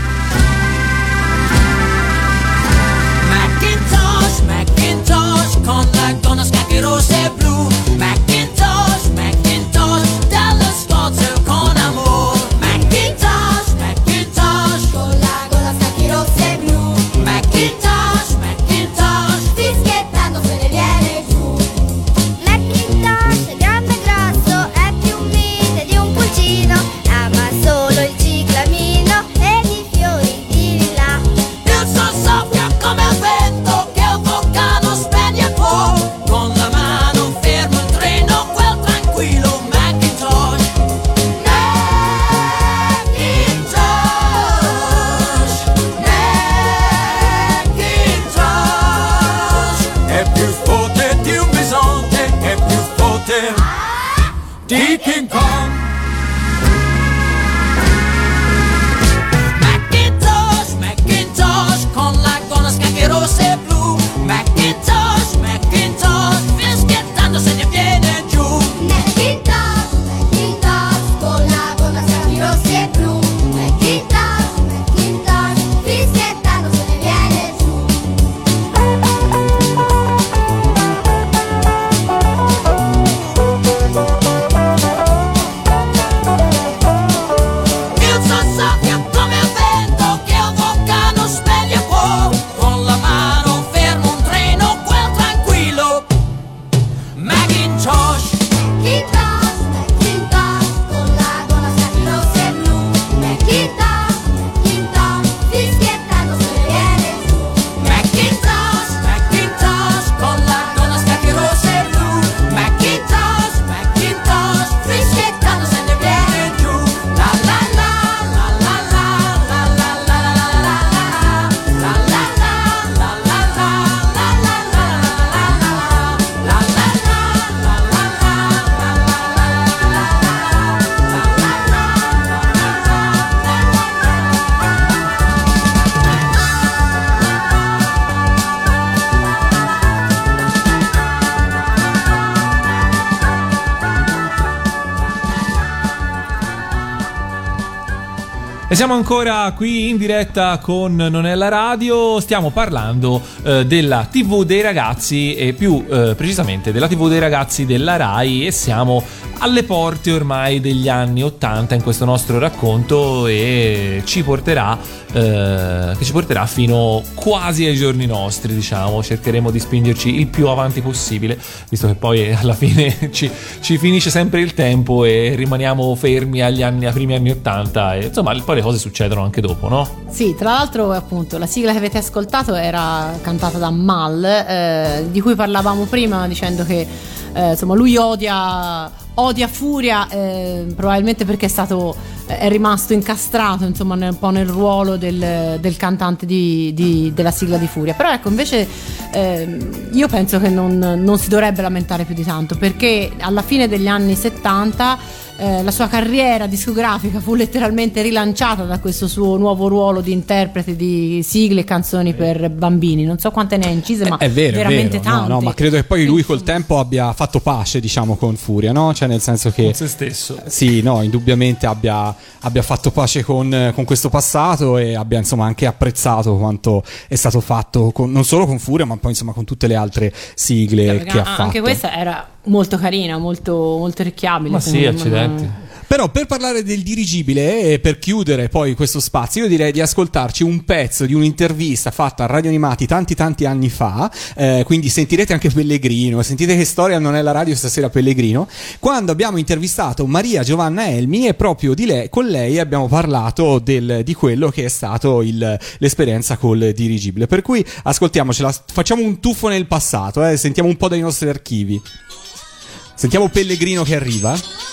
Macintosh, Macintosh, con la gonna scacchi rosse e blu. Macintosh, Macintosh, dallo spazio con amore. Macintosh, Macintosh, con la gonna scacchi rosse e blu. Macintosh, Macintosh, Fischiettando se ne viene giù. Macintosh è grande e grosso, è più mite di un pulcino. Ama solo il ciclamino e i fiori di lilla. il sol soffia come il vento che il vulcano spegne poi. Con la mano fermo il treno, quel tranquillo Macintosh. Macintosh, Macintosh, è più forte di un bisonte, è più forte di King Kong. Macintosh, Macintosh, con la gonna scacchi rosse e blu. Macintosh, Macintosh, fischiettando se ne viene giù. Macintosh, Macintosh, con la gonna scacchi rossi e blu. Macintosh, Macintosh, fischiettando se ne viene giù. Il sol soffia come il vento che il vulcano spegne poi. Con la mano fermo un treno, quel tranquillo Macintosh. Macintosh, Macintosh, con la gonna scacchi rossi e blu. Macintosh, Macintosh, fischiettando se ne viene giù. Macintosh, Macintosh, con la gonna scacchi rosse e blu. Macintosh, Macintosh, fischiettando se ne viene giù. La la la la la la la la la la la la la la la E siamo ancora qui in diretta con Non è la radio, stiamo parlando della TV dei ragazzi e più precisamente della TV dei ragazzi della Rai, e siamo alle porte ormai degli anni 80 in questo nostro racconto, e ci porterà fino quasi ai giorni nostri, diciamo. Cercheremo di spingerci il più avanti possibile, visto che poi alla fine ci finisce sempre il tempo e rimaniamo fermi ai primi anni 80, e insomma poi le cose succedono anche dopo, no? Sì, tra l'altro appunto la sigla che avete ascoltato era cantata da Mal, di cui parlavamo prima dicendo che insomma lui odia Furia, probabilmente perché è rimasto incastrato insomma un po' nel ruolo del cantante della sigla di Furia. Però ecco, invece io penso che non si dovrebbe lamentare più di tanto, perché alla fine degli anni 70 la sua carriera discografica fu letteralmente rilanciata da questo suo nuovo ruolo di interprete di sigle e canzoni per bambini. Non so quante ne ha incise, ma è vero, veramente tante. No, ma credo che poi lui col tempo abbia fatto pace, diciamo, con Furia, no? Cioè, nel senso che con se stesso. Sì, no, indubbiamente abbia fatto pace con questo passato, e abbia insomma anche apprezzato quanto è stato fatto non solo con Furia, ma poi insomma con tutte le altre sigle che ha fatto. Anche questa era molto carina, molto molto orecchiabile. Ma sì, accidenti. Però per parlare del dirigibile e per chiudere poi questo spazio, io direi di ascoltarci un pezzo di un'intervista fatta a Radio Animati tanti anni fa, quindi sentirete anche Pellegrino, sentite che storia Non è la radio stasera Pellegrino, quando abbiamo intervistato Maria Giovanna Elmi, e proprio con lei abbiamo parlato di quello che è stato l'esperienza col dirigibile. Per cui ascoltiamocela, facciamo un tuffo nel passato, sentiamo un po' dai nostri archivi. Sentiamo Pellegrino che arriva.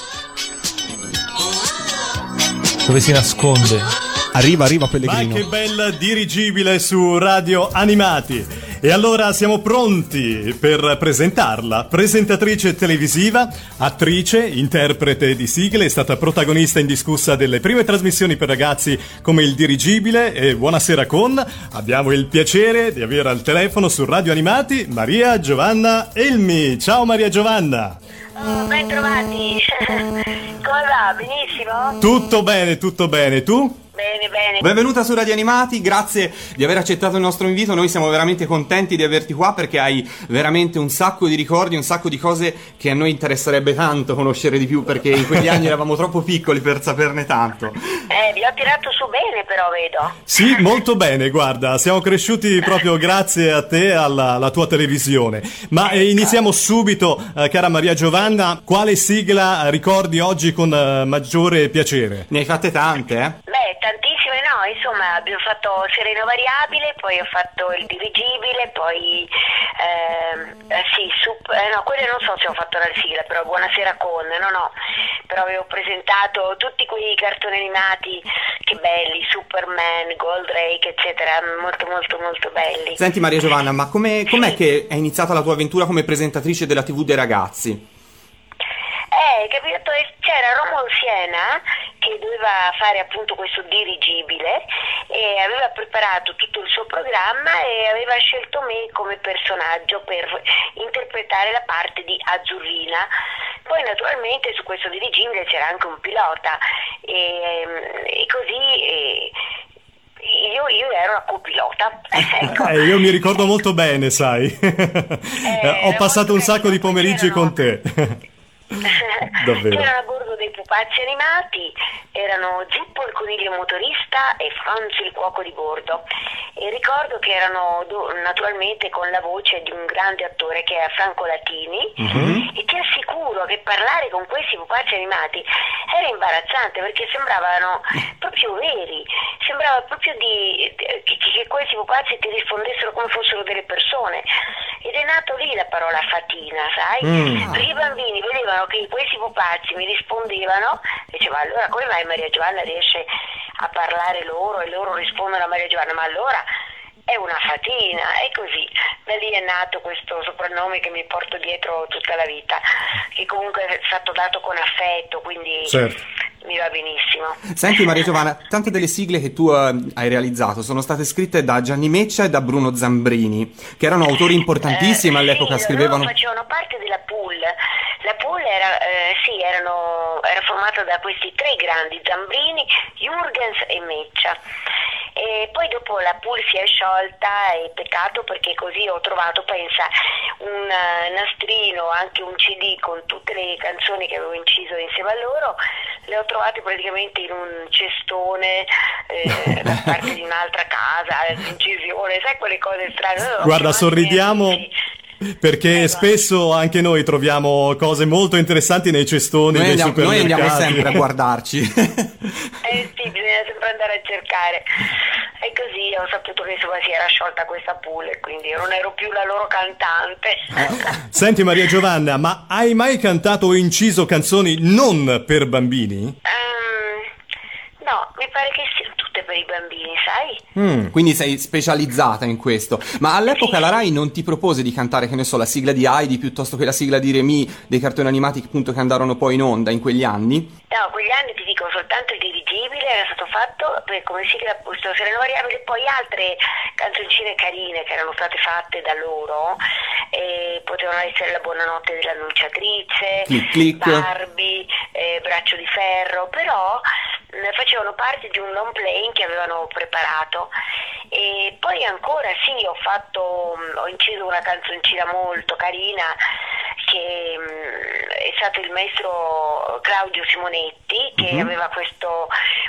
Dove si nasconde? Arriva Pellegrino. Ma che bella dirigibile su Radio Animati. E allora siamo pronti per presentarla. Presentatrice televisiva, attrice, interprete di sigle, è stata protagonista indiscussa delle prime trasmissioni per ragazzi come Il Dirigibile e Buonasera con. Abbiamo il piacere di avere al telefono su Radio Animati Maria Giovanna Elmi. Ciao Maria Giovanna. Ben trovati. Come va? Benissimo? Tutto bene, tu? Bene, bene. Benvenuta su Radio Animati, grazie di aver accettato il nostro invito. Noi siamo veramente contenti di averti qua perché hai veramente un sacco di ricordi, un sacco di cose che a noi interesserebbe tanto conoscere di più, perché in quegli anni eravamo troppo piccoli per saperne tanto. Vi ho tirato su bene, però vedo. Sì, molto bene, guarda, siamo cresciuti proprio grazie a te, alla tua televisione. Ma iniziamo subito, cara Maria Giovanna, quale sigla ricordi oggi con maggiore piacere? Ne hai fatte tante, eh? Beh, tantissime no, insomma, abbiamo fatto Sereno Variabile, poi ho fatto Il Dirigibile, poi no, quelle non so se ho fatto la sigla, però Buonasera con, no, però avevo presentato tutti quei cartoni animati, che belli, Superman, Goldrake, eccetera, molto molto molto belli. Senti Maria Giovanna, ma com'è che è iniziata la tua avventura come presentatrice della TV dei ragazzi? Capito? C'era Romolo Siena che doveva fare appunto questo dirigibile e aveva preparato tutto il suo programma e aveva scelto me come personaggio per interpretare la parte di Azzurrina. Poi naturalmente su questo dirigibile c'era anche un pilota e così io ero la copilota. Ecco. Io mi ricordo molto bene, sai. Ho passato un sacco di pomeriggi con te. Davvero. C'erano a bordo dei pupazzi animati, erano Zippo il coniglio motorista e Franz il cuoco di bordo, e ricordo che erano naturalmente con la voce di un grande attore che è Franco Latini, e ti assicuro che parlare con questi pupazzi animati era imbarazzante perché sembravano proprio veri, sembrava proprio che questi pupazzi ti rispondessero come fossero delle persone, ed è nato lì la parola fatina, sai? Perché i bambini vedevano che questi pupazzi mi rispondevano e diceva: allora come mai Maria Giovanna riesce a parlare loro e loro rispondono a Maria Giovanna? Ma allora è una fatina, e così da lì è nato questo soprannome che mi porto dietro tutta la vita, che comunque è stato dato con affetto, quindi mi va benissimo. Senti Maria Giovanna, tante delle sigle che tu hai realizzato sono state scritte da Gianni Meccia e da Bruno Zambrini, che erano autori importantissimi all'epoca, scrivevano... Loro facevano parte della pool. La pool era formata da questi tre grandi, Zambrini, Jurgens e Meccia. E poi dopo la pool si è sciolta, e peccato, perché così ho trovato, pensa, un nastrino, anche un CD con tutte le canzoni che avevo inciso insieme a loro, le ho trovate praticamente in un cestone da parte di un'altra casa, incisione, sai quelle cose strane. Guarda, sorridiamo perché spesso anche noi troviamo cose molto interessanti nei cestoni dei supermercati. Noi andiamo sempre a guardarci. Sì, bisogna sempre andare a cercare. E così ho saputo che insomma si era sciolta questa pool, e quindi io non ero più la loro cantante. Senti Maria Giovanna, ma hai mai cantato o inciso canzoni non per bambini? No, mi pare che siano tutte per i bambini, sai? Quindi sei specializzata in questo. Ma all'epoca la Rai non ti propose di cantare, che ne so, la sigla di Heidi piuttosto che la sigla di Remy, dei cartoni animati appunto che andarono poi in onda in quegli anni? No, quegli anni ti dico soltanto Il Dirigibile era stato fatto come sigla, questo Sereno Variabile, poi altre canzoncine carine che erano state fatte da loro, potevano essere La Buonanotte dell'Annunciatrice, Click Click, Barbie, Braccio di Ferro, però facevano parte di un long play che avevano preparato. E poi ancora ho inciso una canzoncina molto carina che è stato il maestro Claudio Simonetti, che aveva questa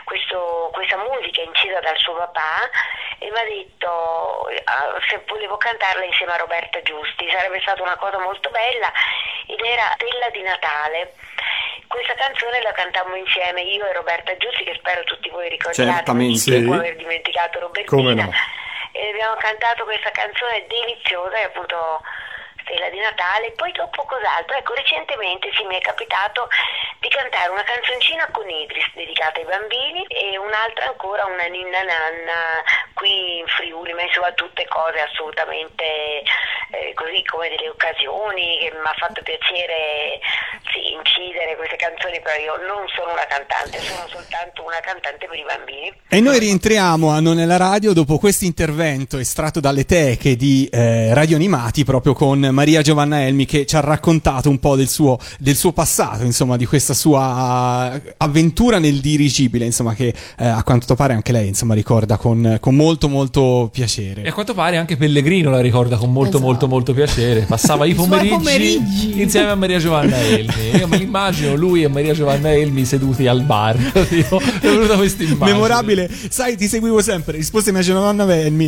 musica incisa dal suo papà, e mi ha detto se volevo cantarla insieme a Roberta Giusti, sarebbe stata una cosa molto bella, ed era Stella di Natale. Questa canzone la cantammo insieme, io e Roberta Giusti, che spero tutti voi ricordiate. Certamente. Non può aver dimenticato Robertina. Come no? E abbiamo cantato questa canzone deliziosa, che è appunto Stella di Natale. Poi dopo cos'altro? Ecco, recentemente mi è capitato di cantare una canzoncina con Idris dedicata ai bambini, e un'altra ancora, una ninna nanna qui in Friuli, ma insomma tutte cose assolutamente così come delle occasioni che mi ha fatto piacere incidere queste canzoni, però io non sono una cantante, sono soltanto una cantante per i bambini. E noi rientriamo a Non è la radio dopo questo intervento estratto dalle teche di Radio Animati, proprio con Maria Giovanna Elmi, che ci ha raccontato un po' del suo passato, insomma, di questa sua avventura nel dirigibile, insomma, che a quanto pare anche lei, insomma, ricorda con molto molto piacere. E a quanto pare anche Pellegrino la ricorda con molto molto molto piacere. Passava i pomeriggi insieme a Maria Giovanna Elmi. Io me l'immagino lui e Maria Giovanna Elmi seduti al bar. È venuta questa immagine memorabile. Sai, ti seguivo sempre. Risposta di Maria Giovanna Elmi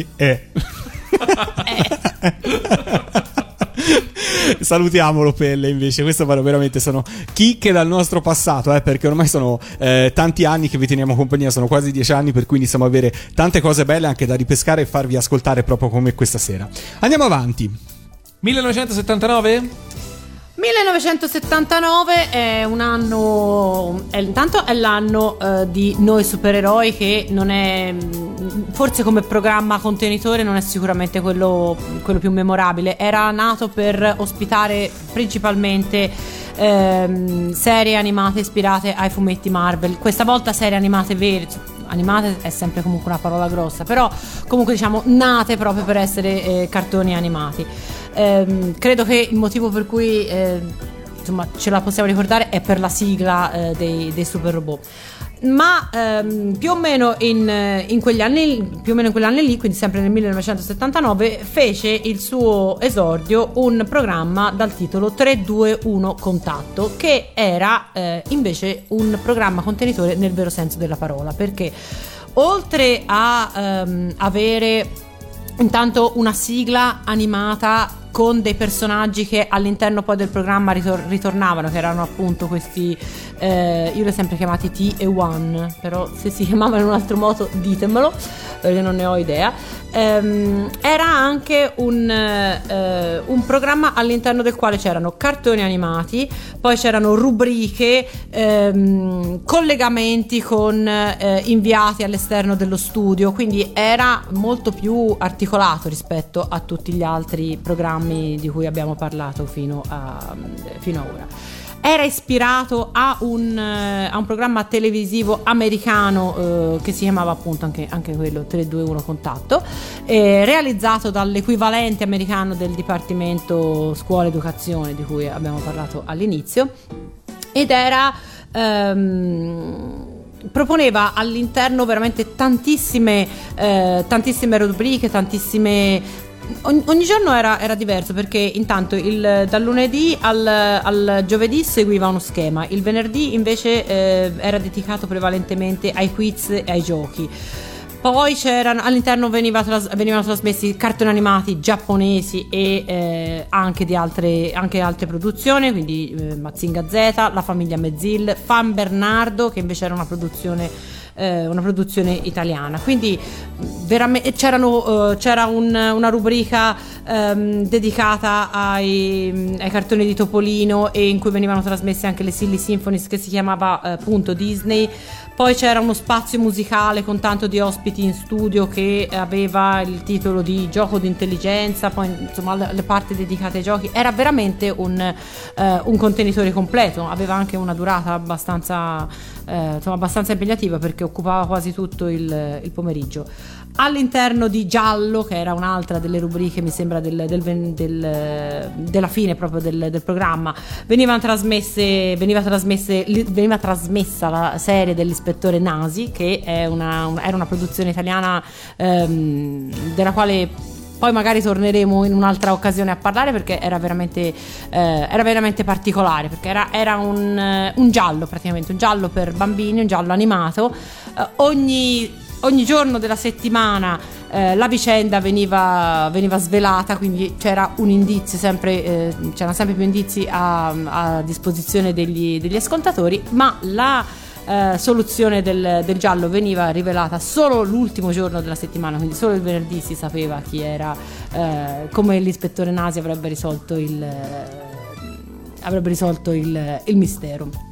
Salutiamolo Pelle, invece. Questo veramente sono chicche dal nostro passato, perché ormai sono tanti anni che vi teniamo compagnia, sono quasi 10 anni, per cui iniziamo a avere tante cose belle anche da ripescare e farvi ascoltare proprio come questa sera. Andiamo avanti. 1979? 1979 è un anno, intanto è l'anno di Noi Supereroi, che non è, forse come programma contenitore non è sicuramente quello più memorabile. Era nato per ospitare principalmente serie animate ispirate ai fumetti Marvel, questa volta serie animate vere. Animate è sempre comunque una parola grossa, però comunque diciamo nate proprio per essere cartoni animati. Credo che il motivo per cui insomma ce la possiamo ricordare è per la sigla dei Super Robot. Ma più o meno in quegli anni lì, quindi sempre nel 1979, fece il suo esordio un programma dal titolo 321 Contatto, che era invece un programma contenitore nel vero senso della parola, perché oltre a avere intanto una sigla animata con dei personaggi che all'interno poi del programma ritornavano, che erano appunto questi, io li ho sempre chiamati T e One, però se si chiamavano in un altro modo ditemelo, perché non ne ho idea. Era anche un programma all'interno del quale c'erano cartoni animati, poi c'erano rubriche, collegamenti con inviati all'esterno dello studio, quindi era molto più articolato rispetto a tutti gli altri programmi di cui abbiamo parlato fino a ora. Era ispirato a un programma televisivo americano che si chiamava appunto anche quello 321 Contatto, realizzato dall'equivalente americano del Dipartimento Scuola Educazione di cui abbiamo parlato all'inizio, ed era proponeva all'interno veramente tantissime rubriche, tantissime. Ogni giorno era diverso, perché intanto dal lunedì al giovedì seguiva uno schema, il venerdì invece era dedicato prevalentemente ai quiz e ai giochi. Poi all'interno venivano trasmessi cartoni animati giapponesi e anche altre produzioni, quindi Mazinga Z, La Famiglia Mezzil, Fan Bernardo, che invece era una produzione italiana. Quindi veramente c'era una rubrica dedicata ai cartoni di Topolino, e in cui venivano trasmesse anche le Silly Symphonies, che si chiamava appunto Disney. Poi c'era uno spazio musicale con tanto di ospiti in studio che aveva il titolo di Gioco di intelligenza, poi insomma le parti dedicate ai giochi. Era veramente un contenitore completo, aveva anche una durata abbastanza impegnativa, perché occupava quasi tutto il pomeriggio. All'interno di Giallo, che era un'altra delle rubriche, mi sembra della fine proprio del programma, veniva trasmessa la serie dell'ispettore Nasi, che era una produzione italiana della quale poi magari torneremo in un'altra occasione a parlare, perché era veramente particolare, perché era un giallo, praticamente un giallo per bambini, un giallo animato. Ogni giorno della settimana la vicenda veniva svelata, quindi c'era un indizio c'erano sempre più indizi a disposizione degli ascoltatori, ma la soluzione del giallo veniva rivelata solo l'ultimo giorno della settimana, quindi solo il venerdì si sapeva chi era, come l'ispettore Nasi avrebbe risolto il mistero.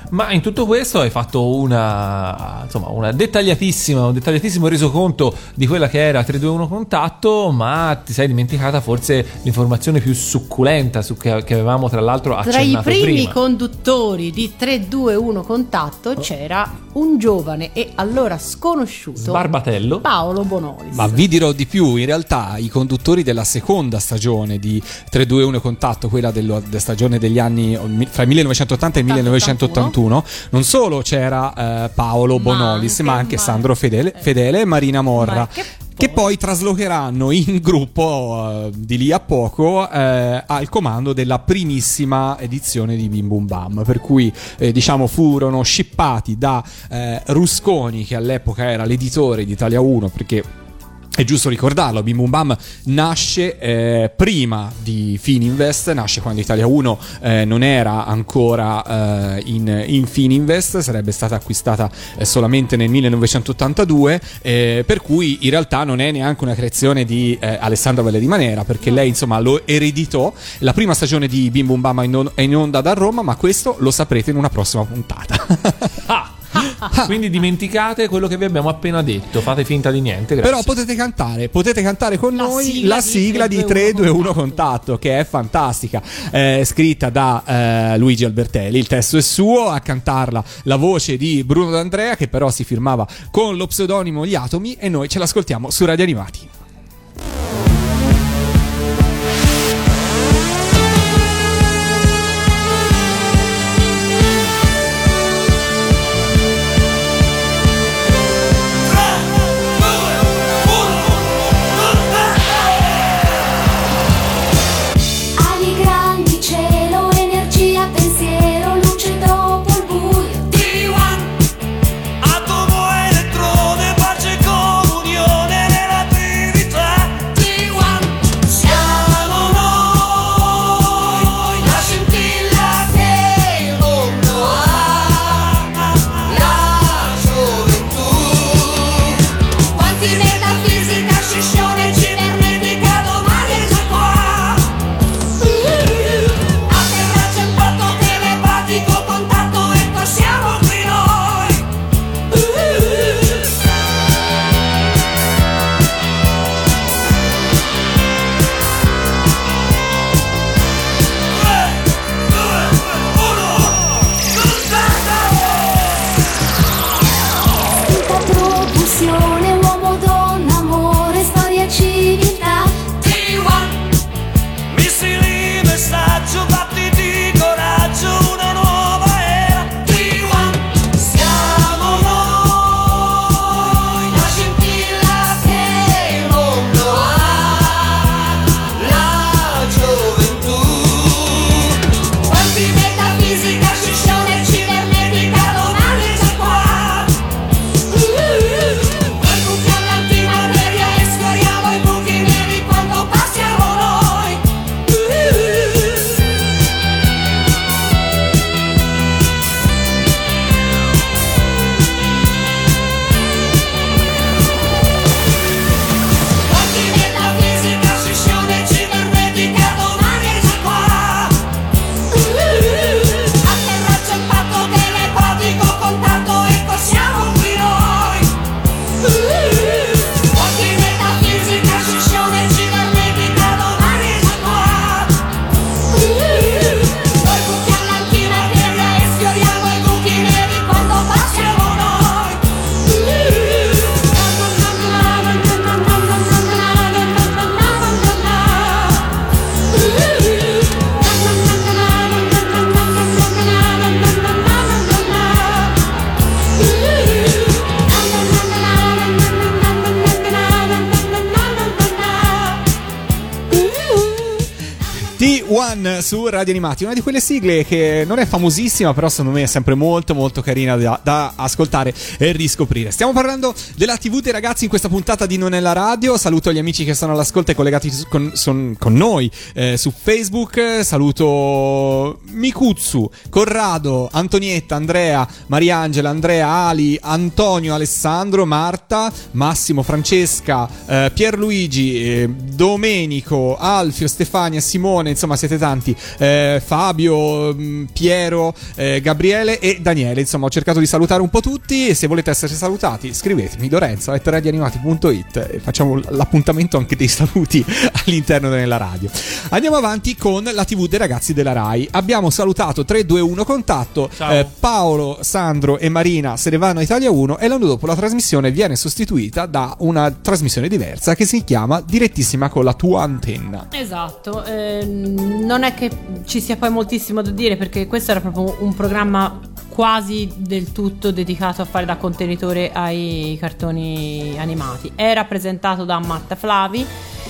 Ma in tutto questo hai fatto un dettagliatissimo resoconto di quella che era 321 Contatto, ma ti sei dimenticata forse l'informazione più succulenta che avevamo tra l'altro accennato tra i primi prima. conduttori di 321 Contatto c'era un giovane e allora sconosciuto Sbarbatello Paolo Bonolis. Ma vi dirò di più, in realtà i conduttori della seconda stagione di 321 Contatto, quella della stagione degli anni fra il 1980 e il 1981, non solo c'era Paolo Bonolis, ma anche Sandro Fedele e Marina Morra. Che poi traslocheranno in gruppo di lì a poco al comando della primissima edizione di Bim Bum Bam, per cui furono scippati da Rusconi, che all'epoca era l'editore di Italia 1, perché è giusto ricordarlo, Bim Bum Bam nasce prima di Fininvest, nasce quando Italia 1 non era ancora in Fininvest, sarebbe stata acquistata solamente nel 1982, per cui in realtà non è neanche una creazione di Alessandra Valle di Manera, perché lei insomma lo ereditò. La prima stagione di Bim Bum Bam è in onda da Roma, ma questo lo saprete in una prossima puntata. Quindi dimenticate quello che vi abbiamo appena detto, fate finta di niente. Grazie. Però potete cantare con noi la sigla di 321 Contatto, che è fantastica, scritta da Luigi Albertelli, il testo è suo, a cantarla la voce di Bruno D'Andrea, che però si firmava con lo pseudonimo Gli Atomi, e noi ce l'ascoltiamo su Radio Animati. Atomo elettrone, pace e comunione nella One su Radio Animati, una di quelle sigle che non è famosissima, però secondo me è sempre molto molto carina da ascoltare e riscoprire. Stiamo parlando della TV dei ragazzi in questa puntata di Non è la Radio. Saluto gli amici che sono all'ascolto e collegati con noi su Facebook. Saluto Mikutsu, Corrado, Antonietta, Andrea, Mariangela, Andrea, Ali, Antonio, Alessandro, Marta, Massimo, Francesca, Pierluigi, Domenico, Alfio, Stefania, Simone. Insomma siete tanti tanti, Fabio, Piero, Gabriele e Daniele. Insomma, ho cercato di salutare un po' tutti, e se volete essere salutati scrivetemi lorenzo@radioanimati.it e facciamo l'appuntamento anche dei saluti all'interno della radio. Andiamo avanti con la TV dei ragazzi della Rai. Abbiamo salutato 321 Contatto, Paolo, Sandro e Marina se ne vanno a Italia 1, e l'anno dopo la trasmissione viene sostituita da una trasmissione diversa che si chiama Direttissima con la tua antenna. Esatto, non è che ci sia poi moltissimo da dire, perché questo era proprio un programma quasi del tutto dedicato a fare da contenitore ai cartoni animati. Era presentato da Marta Flavi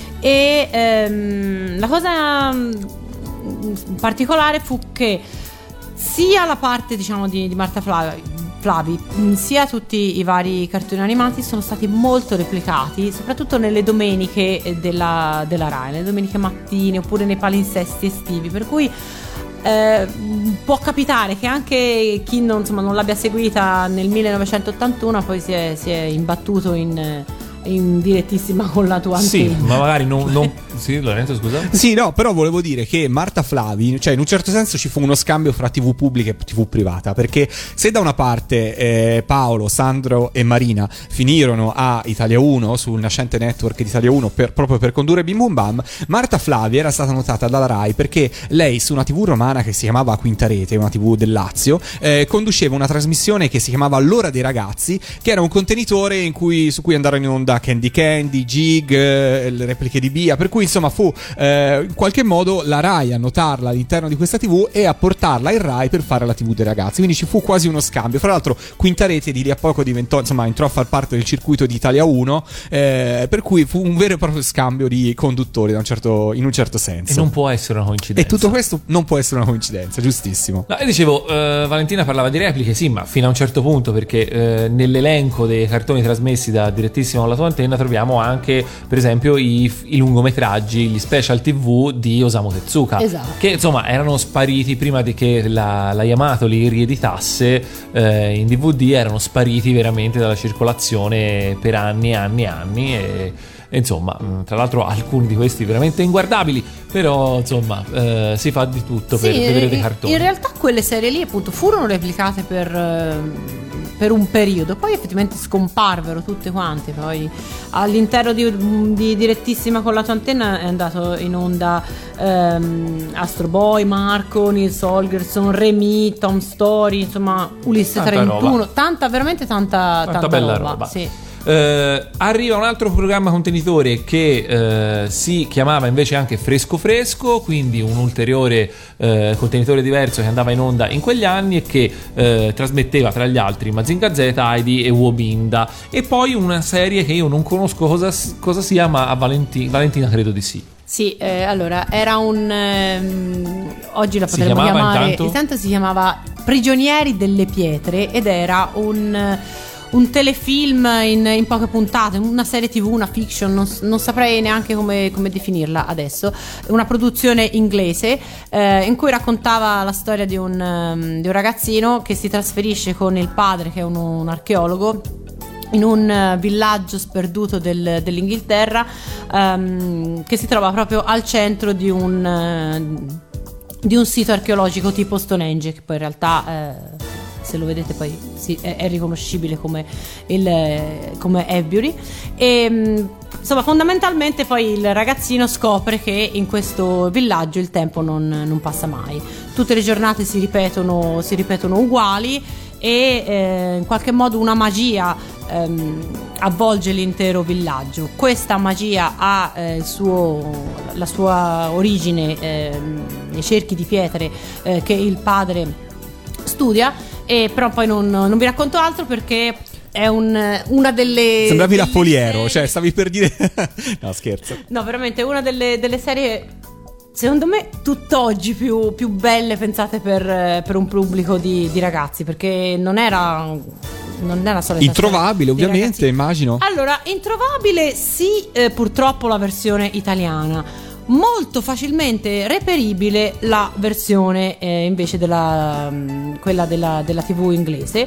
e la cosa particolare fu che sia la parte, diciamo, di Marta Flavi, sia tutti i vari cartoni animati sono stati molto replicati, soprattutto nelle domeniche della Rai, nelle domeniche mattine oppure nei palinsesti estivi, per cui può capitare che anche chi non l'abbia seguita nel 1981 poi si è imbattuto in Direttissima con la tua antenna. Sì, ma magari non sì, Lorenzo, scusa. Sì, no, però volevo dire che Marta Flavi, cioè in un certo senso ci fu uno scambio fra TV pubblica e TV privata, perché se da una parte Paolo, Sandro e Marina finirono a Italia 1, sul nascente network di Italia 1 proprio per condurre Bim Bum Bam, Marta Flavi era stata notata dalla Rai perché lei su una TV romana che si chiamava Quinta Rete, una TV del Lazio, conduceva una trasmissione che si chiamava L'ora dei ragazzi, che era un contenitore su cui andarono in onda Candy Candy, Gig, le repliche di Bia, per cui insomma fu in qualche modo la Rai a notarla all'interno di questa TV e a portarla in Rai per fare la TV dei ragazzi, quindi ci fu quasi uno scambio. Fra l'altro Quinta Rete di lì a poco entrò a far parte del circuito di Italia 1, per cui fu un vero e proprio scambio di conduttori in un certo senso. E non può essere una coincidenza. E tutto questo non può essere una coincidenza, giustissimo. No, e dicevo, Valentina parlava di repliche, sì, ma fino a un certo punto, perché nell'elenco dei cartoni trasmessi da Direttissima con la tua antenna troviamo anche, per esempio, i lungometraggi, gli special TV di Osamu Tezuka, esatto, che insomma erano spariti prima di che la Yamato li rieditasse in DVD, erano spariti veramente dalla circolazione per anni e anni e anni, e insomma, tra l'altro alcuni di questi veramente inguardabili, però insomma si fa di tutto per vedere dei cartoni. In realtà quelle serie lì appunto furono replicate per un periodo, poi effettivamente scomparvero tutte quante. Poi all'interno di Direttissima con la tua antenna è andato in onda Astro Boy, Marco, Nils Holgersson, Remy, Tom Story, insomma Ulisse tanta 31 roba. tanta bella roba. sì. Arriva un altro programma contenitore che si chiamava invece anche Fresco Fresco, quindi un ulteriore contenitore diverso che andava in onda in quegli anni e che trasmetteva tra gli altri Mazinga Z, Heidi e Wobinda, e poi una serie che io non conosco cosa sia, ma a Valentina credo di sì. Sì, allora era oggi la potremmo chiamare, intanto si chiamava Prigionieri delle Pietre, ed era un telefilm in poche puntate, una serie TV, una fiction, non saprei neanche come definirla adesso, una produzione inglese in cui raccontava la storia di un ragazzino che si trasferisce con il padre, che è un archeologo, in un villaggio sperduto dell'Inghilterra, che si trova proprio al centro di un sito archeologico tipo Stonehenge, che poi in realtà se lo vedete poi è riconoscibile come Ebury. E insomma, fondamentalmente poi il ragazzino scopre che in questo villaggio il tempo non passa mai, tutte le giornate si ripetono uguali, e in qualche modo una magia avvolge l'intero villaggio. Questa magia ha la sua origine nei cerchi di pietre che il padre studia, e però poi non vi racconto altro perché è una delle... Sembravi la Foliero, cioè stavi per dire... No, scherzo. No, veramente una delle serie, secondo me, tutt'oggi più belle pensate per un pubblico di ragazzi, perché non era solita introvabile, ovviamente, ragazzi. Immagino. Allora, introvabile sì, purtroppo la versione italiana. Molto facilmente reperibile la versione invece quella della TV inglese,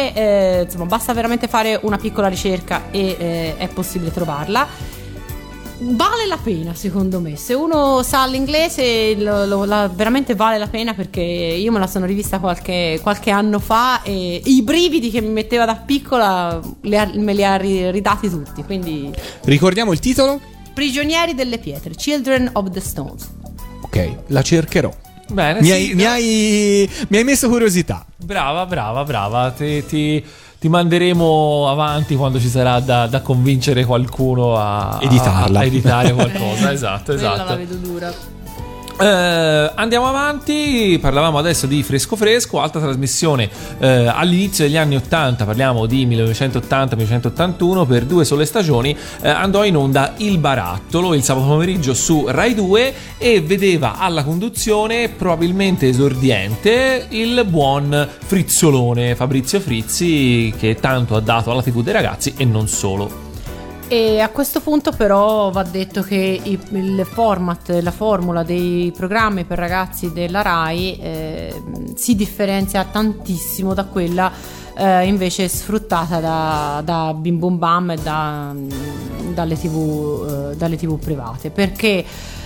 che insomma basta veramente fare una piccola ricerca e è possibile trovarla. vale la pena, secondo me. Se uno sa l'inglese veramente vale la pena, perché io me la sono rivista qualche anno fa e i brividi che mi metteva da piccola me li ha ridati tutti. Quindi ricordiamo il titolo? Prigionieri delle pietre, Children of the Stones. Ok, la cercherò. Bene, mi hai messo curiosità. Brava. Ti manderemo avanti quando ci sarà da convincere qualcuno a editare qualcosa. Esatto. Quella la vedo dura. Andiamo avanti. Parlavamo adesso di Fresco Fresco, altra trasmissione all'inizio degli anni 80, parliamo di 1980-1981, per 2 sole stagioni andò in onda Il Barattolo il sabato pomeriggio su Rai 2 e vedeva alla conduzione, probabilmente esordiente, il buon Frizzolone, Fabrizio Frizzi, che tanto ha dato alla TV dei ragazzi e non solo. E a questo punto però va detto che il format, la formula dei programmi per ragazzi della Rai si differenzia tantissimo da quella invece sfruttata da Bim Bum Bam e dalle TV private, perché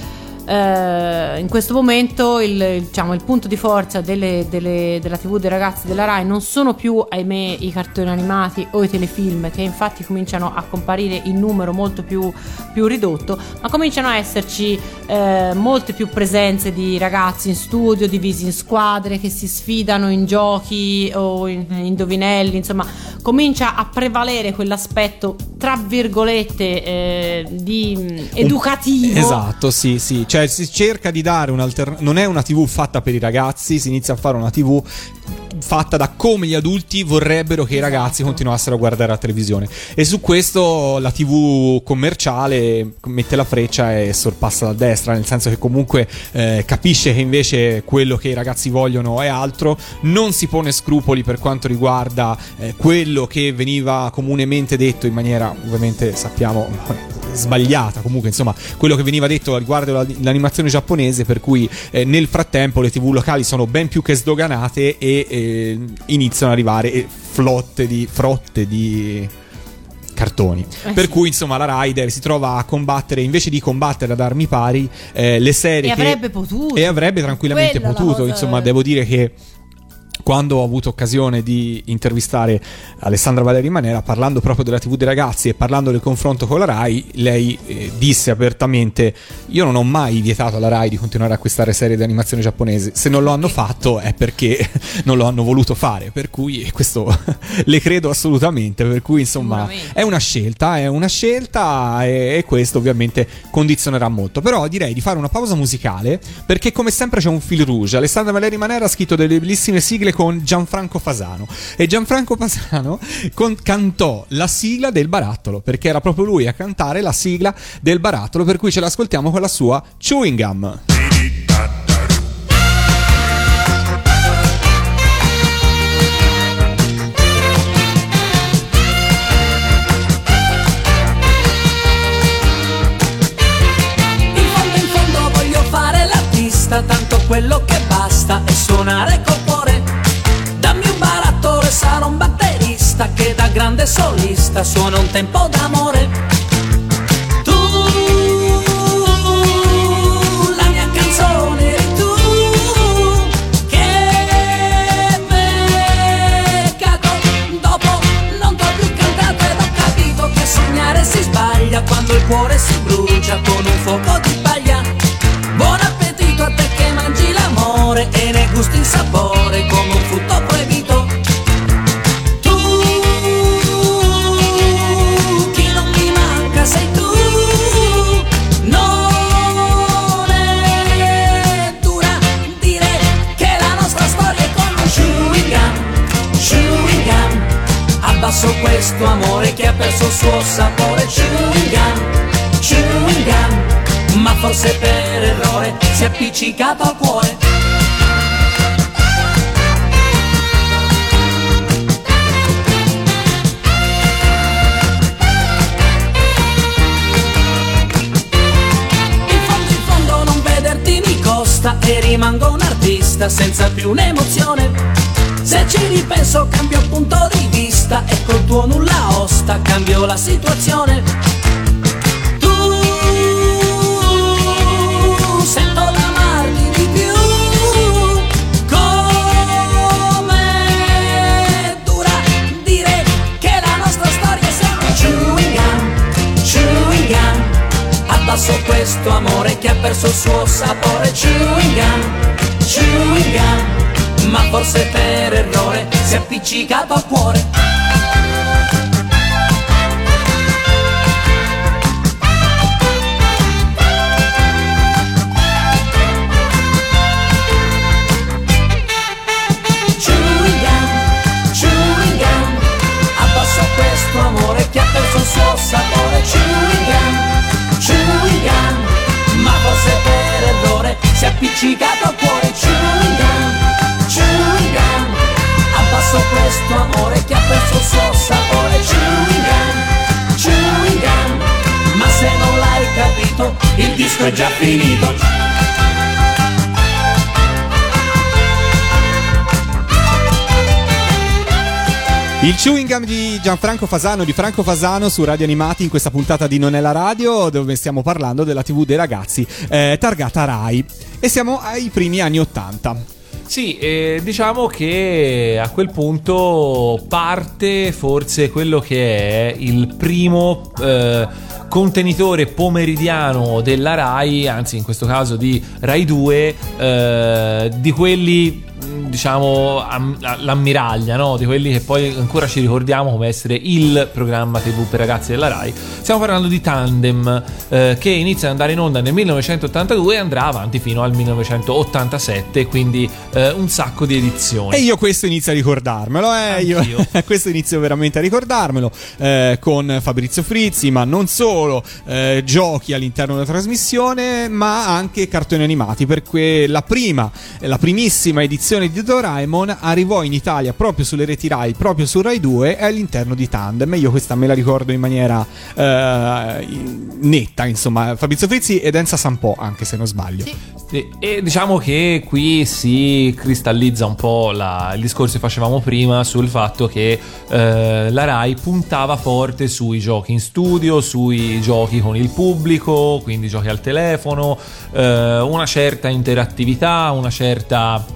in questo momento il punto di forza della TV dei ragazzi della Rai non sono più, ahimè, i cartoni animati o i telefilm, che infatti cominciano a comparire in numero molto più ridotto, ma cominciano a esserci molte più presenze di ragazzi in studio, divisi in squadre, che si sfidano in giochi o in indovinelli. Insomma, comincia a prevalere quell'aspetto, tra virgolette, di educativo. Esatto, sì. Cioè si cerca di dare non è una TV fatta per i ragazzi, si inizia a fare una TV fatta da come gli adulti vorrebbero che i ragazzi continuassero a guardare la televisione, e su questo la TV commerciale mette la freccia e sorpassa da destra, nel senso che comunque capisce che invece quello che i ragazzi vogliono è altro, non si pone scrupoli per quanto riguarda quello che veniva comunemente detto in maniera, ovviamente sappiamo, sbagliata, comunque insomma quello che veniva detto riguardo l'animazione giapponese, per cui nel frattempo le TV locali sono ben più che sdoganate e iniziano ad arrivare frotte di cartoni, per cui insomma la Rai si trova a combattere, invece di combattere ad armi pari, le serie e avrebbe tranquillamente potuto, insomma devo dire che quando ho avuto occasione di intervistare Alessandra Valeri Manera, parlando proprio della TV dei ragazzi e parlando del confronto con la Rai, lei disse apertamente: io non ho mai vietato alla Rai di continuare a acquistare serie di animazione giapponese, se non lo hanno fatto è perché non lo hanno voluto fare, per cui questo le credo assolutamente, per cui insomma è una scelta e questo ovviamente condizionerà molto. Però direi di fare una pausa musicale, perché come sempre c'è un fil rouge. Alessandra Valeri Manera ha scritto delle bellissime sigle con Gianfranco Fasano, e Gianfranco Fasano cantò la sigla del Barattolo, perché era proprio lui a cantare la sigla del Barattolo, per cui ce l'ascoltiamo con la sua Chewing Gum. In fondo voglio fare l'artista, tanto quello che basta è suonare col cuore. Dammi un barattolo e sarò un batterista che da grande solista suona un tempo d'amore. Tu, la mia canzone eri tu, che peccato, dopo non t'ho più cantato ed ho capito che sognare si sbaglia quando il cuore si brucia con un fuoco di paglia. Buon appetito a te che mangi l'amore e ne gusti il sapore come un frutto proibito. Tu, chi non mi manca sei tu. Non è dura dire che la nostra storia è come un chewing gum. Abbasso questo amore che ha perso il suo sapore. Chewing gum, ma forse per errore si è appiccicato al cuore. In fondo non vederti mi costa e rimango un artista senza più un'emozione. Se ci ripenso cambio punto di vista e col tuo nulla osta cambio la situazione. Tu questo amore che ha perso il suo sapore. Chewing gum, ma forse per errore si è appiccicato al cuore. Amore che ha perso il suo sapore. Chewing gum, ma forse per errore si è appiccicato al cuore. Chewing gum, abbasso questo amore che ha perso il suo sapore. Chewing gum, ma se non l'hai capito il disco è già finito. Il chewing gum di Gianfranco Fasano, di Franco Fasano su Radio Animati in questa puntata di Non è la radio, dove stiamo parlando della TV dei ragazzi targata Rai, e siamo ai primi anni 80. Sì, diciamo che a quel punto parte forse quello che è il primo contenitore pomeridiano della Rai, anzi in questo caso di Rai 2, di quelli diciamo l'ammiraglia, no? Di quelli che poi ancora ci ricordiamo come essere il programma TV per ragazzi della Rai. Stiamo parlando di Tandem, che inizia ad andare in onda nel 1982 e andrà avanti fino al 1987, quindi un sacco di edizioni. E io questo inizio a ricordarmelo, io questo inizio veramente a ricordarmelo, con Fabrizio Frizzi, ma non solo, giochi all'interno della trasmissione, ma anche cartoni animati, perché la primissima edizione di Doraemon arrivò in Italia proprio sulle reti Rai, proprio su Rai 2 e all'interno di Tandem. Io questa me la ricordo in maniera netta, insomma, Fabrizio Frizzi ed Enza Sampo, anche se non sbaglio. Sì, e diciamo che qui si cristallizza un po' il discorso che facevamo prima sul fatto che la Rai puntava forte sui giochi in studio, sui giochi con il pubblico, quindi giochi al telefono, una certa interattività, una certa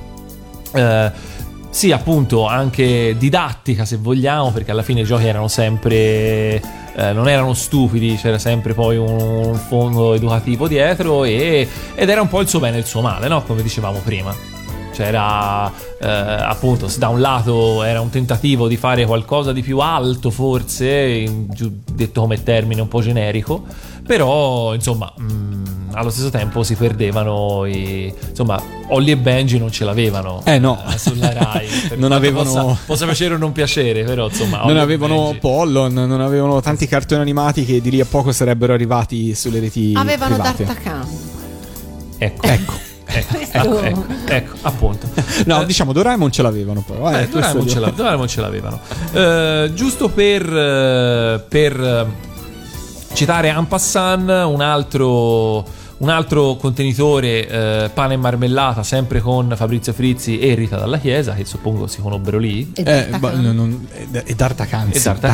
sì, appunto, anche didattica, se vogliamo, perché alla fine i giochi erano sempre non erano stupidi, c'era sempre poi un fondo educativo dietro, ed era un po' il suo bene e il suo male, no? Come dicevamo prima. C'era appunto, da un lato era un tentativo di fare qualcosa di più alto, forse, detto come termine un po' generico, però insomma allo stesso tempo si perdevano insomma, Holly e Benji non ce l'avevano sulla Rai. Non avevano possa piacere o non piacere, però insomma non avevano Pollon, non avevano tanti cartoni animati che di lì a poco sarebbero arrivati sulle reti avevano private. D'Artagnan. Ecco. Ecco, appunto. No, diciamo Doraemon ce l'avevano poi. Doraemon ce l'avevano. Giusto per citare en passant un altro contenitore, pane e marmellata, sempre con Fabrizio Frizzi e Rita Dalla Chiesa, che suppongo si conobbero lì. E D'Artagnan.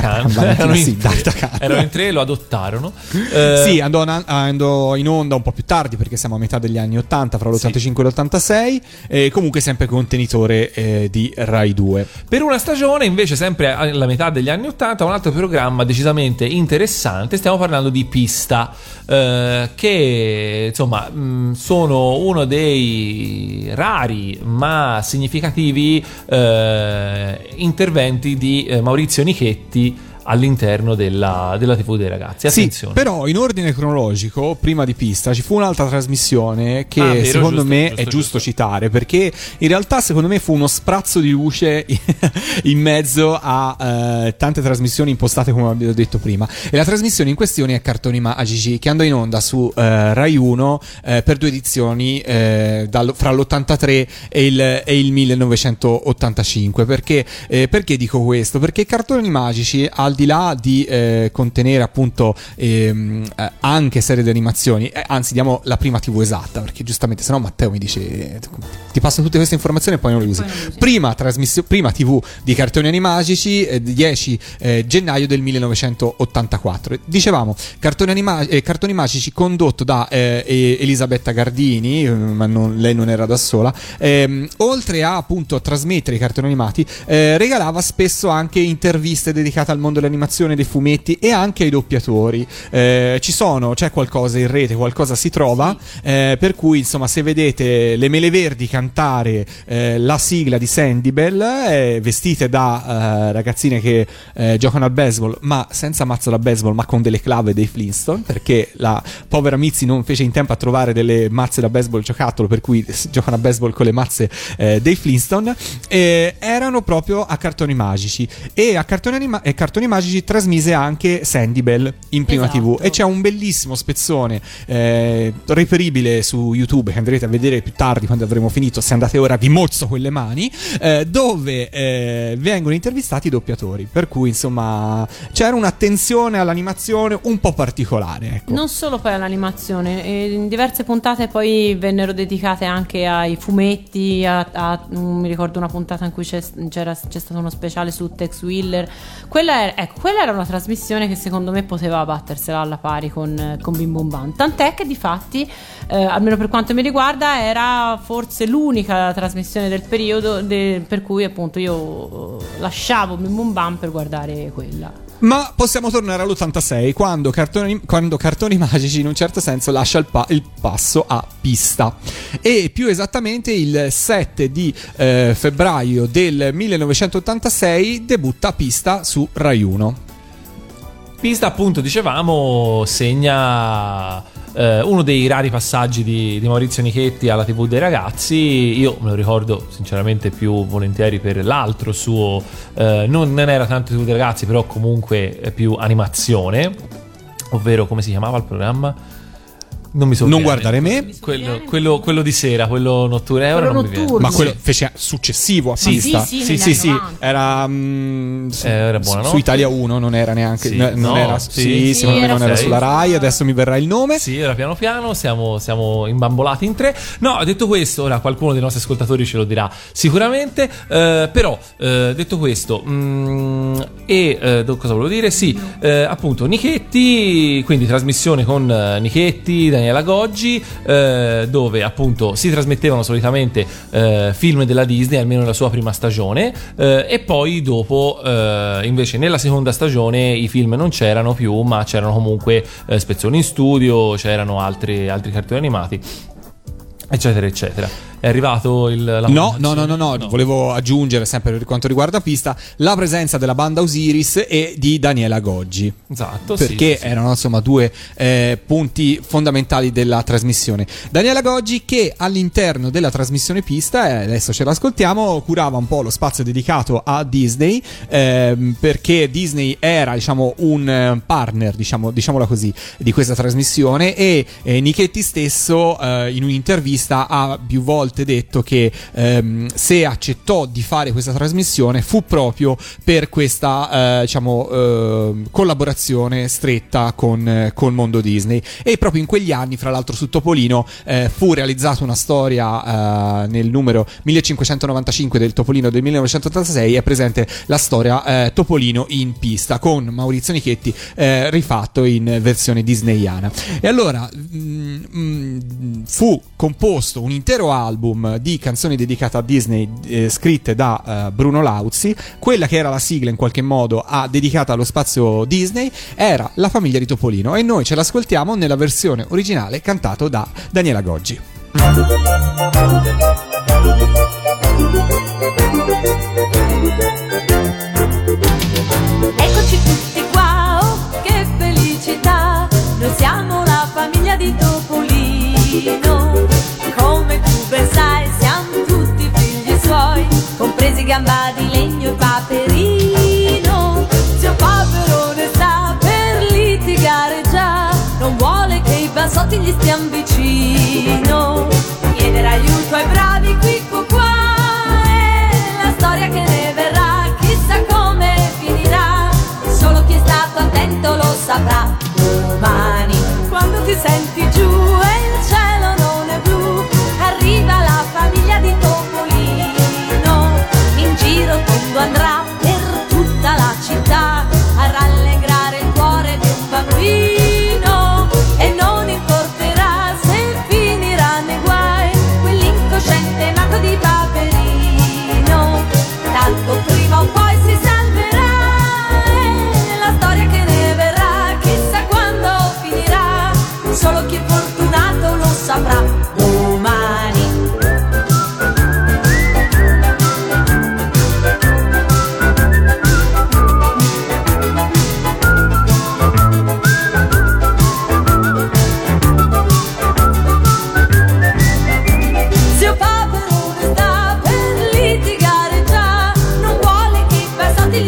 Erano in tre, lo adottarono. Sì, andò in onda un po' più tardi, perché siamo a metà degli anni 80, fra l'85 e l'86, comunque sempre contenitore di Rai 2. Per una stagione, invece, sempre alla metà degli anni 80, un altro programma decisamente interessante. Stiamo parlando di Pista, che insomma sono uno dei rari ma significativi interventi di Maurizio Nichetti all'interno della TV dei ragazzi. Attenzione. Sì, però in ordine cronologico, prima di Pista ci fu un'altra trasmissione che secondo me è giusto citare, perché in realtà secondo me fu uno sprazzo di luce in mezzo a tante trasmissioni impostate, come abbiamo detto prima. E la trasmissione in questione è Cartoni Magici, che andò in onda su Rai 1 per 2 edizioni fra l'83 e il 1985. Perché dico questo? Perché Cartoni Magici, al di là di contenere appunto anche serie di animazioni, anzi diamo la prima TV esatta, perché giustamente sennò Matteo mi dice ti passo tutte queste informazioni e poi non le usi. Prima TV di Cartoni Animagici, 10 gennaio del 1984. Dicevamo Cartoni Magici condotto da Elisabetta Gardini, ma lei non era da sola, oltre a appunto trasmettere i cartoni animati, regalava spesso anche interviste dedicate al mondo all'animazione dei fumetti e anche ai doppiatori. C'è qualcosa in rete, qualcosa si trova, per cui insomma se vedete le Mele Verdi cantare la sigla di Sandy Bell, vestite da ragazzine che giocano a baseball, ma senza mazzo da baseball, ma con delle clave dei Flintstone, perché la povera Mitzi non fece in tempo a trovare delle mazze da baseball giocattolo, per cui giocano a baseball con le mazze dei Flintstone. Erano proprio a Cartoni Magici, e a Cartoni Magici trasmise anche Sandy Bell in prima TV, e c'è un bellissimo spezzone reperibile su YouTube che andrete a vedere più tardi quando avremo finito. Se andate ora vi mozzo quelle mani, dove vengono intervistati i doppiatori, per cui insomma c'era un'attenzione all'animazione un po' particolare, ecco. Non solo poi all'animazione, in diverse puntate poi vennero dedicate anche ai fumetti, mi ricordo una puntata in cui c'è stato uno speciale su Tex Willer. Quella era una trasmissione che secondo me poteva battersela alla pari con Bim Bum Bam, tant'è che difatti almeno per quanto mi riguarda era forse l'unica trasmissione del periodo per cui appunto io lasciavo Bim Bum Bam per guardare quella. Ma possiamo tornare all'86, quando Cartoni Magici in un certo senso lascia il passo a Pista, e più esattamente il 7 di febbraio del 1986 debutta Pista su Rai 1. Pista, appunto, dicevamo, segna uno dei rari passaggi di Maurizio Nichetti alla TV dei ragazzi. Io me lo ricordo sinceramente più volentieri per l'altro suo, non era tanto TV dei ragazzi, però comunque più animazione, ovvero come si chiamava il programma? Non guardare me, quello di sera, quello notturno, quello notturno. Ma quello fece successivo a Pista. Sì, era buona, su Italia 1, non era neanche secondo me non era sulla Rai, adesso mi verrà il nome. Sì, era piano piano, siamo imbambolati in tre. No, detto questo, ora qualcuno dei nostri ascoltatori ce lo dirà sicuramente, però detto questo, cosa volevo dire? Sì, appunto Nichetti, quindi trasmissione con Nichetti, Daniela Goggi, dove appunto si trasmettevano solitamente film della Disney, almeno nella sua prima stagione, e poi dopo invece nella seconda stagione i film non c'erano più, ma c'erano comunque spezzoni in studio, c'erano altri cartoni animati, eccetera eccetera. È arrivato No, volevo aggiungere, sempre per quanto riguarda Pista, la presenza della banda Osiris e di Daniela Goggi. Esatto, perché erano insomma due punti fondamentali della trasmissione. Daniela Goggi, che all'interno della trasmissione Pista, adesso ce l'ascoltiamo, curava un po' lo spazio dedicato a Disney, perché Disney era, diciamo, un partner, diciamola così, di questa trasmissione, e Nichetti stesso in un'intervista ha più volte detto che se accettò di fare questa trasmissione fu proprio per questa collaborazione stretta con Mondo Disney. E proprio in quegli anni, fra l'altro, su Topolino fu realizzata una storia, nel numero 1595 del Topolino del 1986 è presente la storia Topolino in Pista, con Maurizio Nichetti rifatto in versione disneyana. E allora fu composto un intero album di canzoni dedicate a Disney, scritte da Bruno Lauzi. Quella che era la sigla in qualche modo dedicata allo spazio Disney era La famiglia di Topolino, e noi ce l'ascoltiamo nella versione originale cantato da Daniela Goggi. Eccoci tutti qua, oh che felicità, noi siamo la famiglia di Topolino. Come tu ben sai, siamo tutti figli suoi, compresi Gamba di Legno e Paperino. Zio Paperone sta per litigare già, non vuole che i bassotti gli stian vicino. Chiedere aiuto ai bravi qui qua, è la storia che ne verrà, chissà come finirà, solo chi è stato attento lo saprà. Domani, quando ti senti giù e il cielo non è blu, arriva la famiglia di Topolino, in giro tondo andrà per tutta la città a rallegrare il cuore di un bambino, e non importerà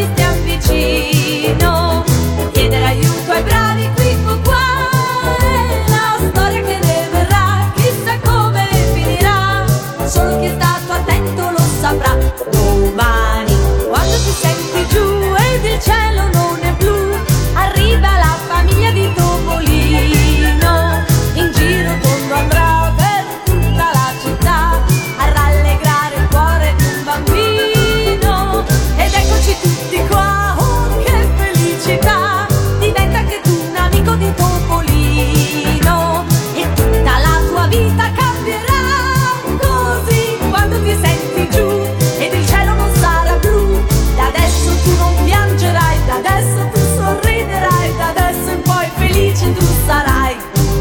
gli stiamo vicino, chiedere aiuto ai bravi qui o qua, è la storia che ne verrà, chissà come finirà, solo chi è stato attento lo saprà. Domani, quando ti senti giù ed il cielo non è blu, arriva la famiglia di Topolino, in giro tondo andrà per tutta la città a rallegrare il cuore di un bambino. Ed eccoci tutti qua, oh che felicità, diventa anche tu un amico di Topolino e tutta la tua vita cambierà così, quando ti senti giù ed il cielo non sarà blu, da adesso tu non piangerai, da adesso tu sorriderai, da adesso in poi felice tu sarai.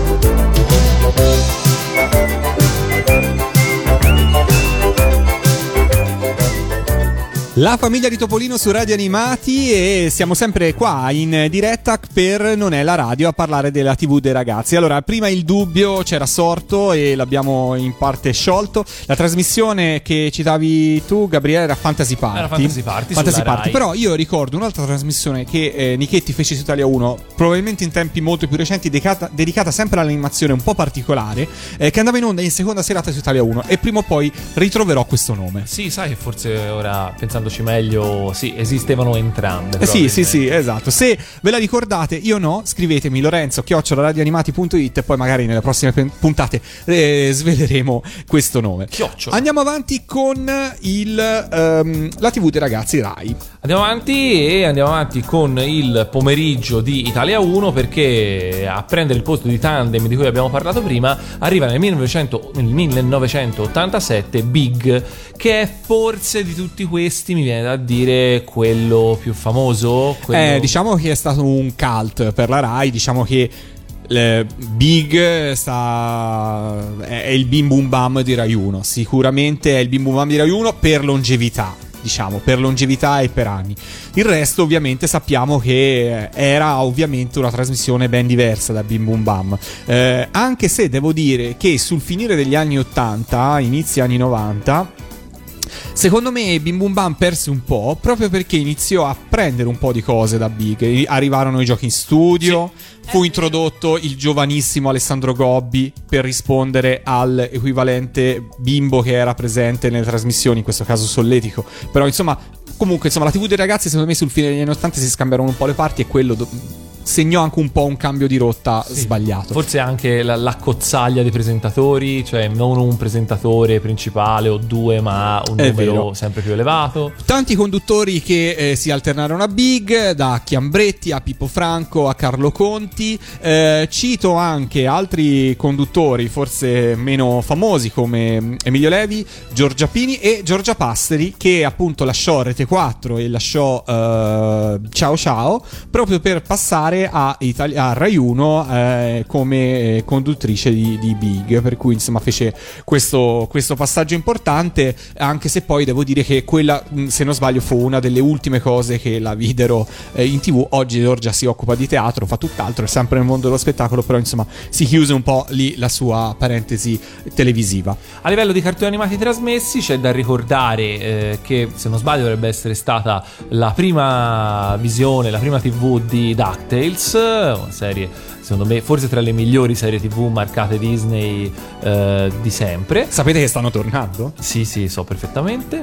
La famiglia di Topolino su Radio Animati, e siamo sempre qua in diretta per Non è la radio a parlare della TV dei ragazzi. Allora, prima il dubbio c'era sorto e l'abbiamo in parte sciolto. La trasmissione che citavi tu, Gabriele, era Fantasy Party. Era Fantasy Party Fantasy sulla Party. Rai. Però io ricordo un'altra trasmissione che Nichetti fece su Italia 1, probabilmente in tempi molto più recenti, dedicata sempre all'animazione un po' particolare, che andava in onda in seconda serata su Italia 1, e prima o poi ritroverò questo nome. Sì, sai che forse ora, pensandoci meglio, sì, esistevano entrambe. Sì, esatto. Se ve la ricordate, io no, scrivetemi lorenzo@radioanimati.it e poi magari nelle prossime puntate sveleremo questo nome. Chiocciola. Andiamo avanti con la TV dei ragazzi Rai. Andiamo avanti con il pomeriggio di Italia 1, perché a prendere il posto di Tandem di cui abbiamo parlato prima arriva nel 1987 Big, che è forse di tutti questi, mi viene da dire, quello più famoso. Diciamo che è stato un cult per la Rai, diciamo che Big è il Bim Bum Bam di Rai 1, sicuramente è il Bim Bum Bam di Rai 1 per longevità. Diciamo, per longevità e per anni. Il resto ovviamente sappiamo che era ovviamente una trasmissione ben diversa da Bim Bum Bam, anche se devo dire che sul finire degli anni 80, inizi anni 90, secondo me Bim Bum Bam perse un po', proprio perché iniziò a prendere un po' di cose da Big. Arrivarono i giochi in studio, fu introdotto il giovanissimo Alessandro Gobbi per rispondere all'equivalente bimbo che era presente nelle trasmissioni, in questo caso Solletico. Però comunque la TV dei ragazzi, secondo me sul fine degli anni 80 si scambiarono un po' le parti, e quello segnò anche un po' un cambio di rotta sbagliato. Forse anche la cozzaglia dei presentatori, cioè non un presentatore principale o due, ma un numero sempre più elevato. Tanti conduttori che si alternarono a Big, da Chiambretti a Pippo Franco a Carlo Conti. Cito anche altri conduttori forse meno famosi come Emilio Levi, Giorgia Pini e Giorgia Passeri, che appunto lasciò Rete 4 e lasciò Ciao Ciao proprio per passare a Rai 1 come conduttrice di Big, per cui insomma fece questo passaggio importante, anche se poi devo dire che quella, se non sbaglio, fu una delle ultime cose che la videro in TV. Oggi Giorgia si occupa di teatro, fa tutt'altro, è sempre nel mondo dello spettacolo, però insomma si chiuse un po' lì la sua parentesi televisiva. A livello di cartoni animati trasmessi c'è da ricordare che, se non sbaglio, dovrebbe essere stata la prima visione, la prima TV di DuckTales, una serie, secondo me, forse tra le migliori serie TV marcate Disney di sempre. Sapete che stanno tornando? Sì, so perfettamente.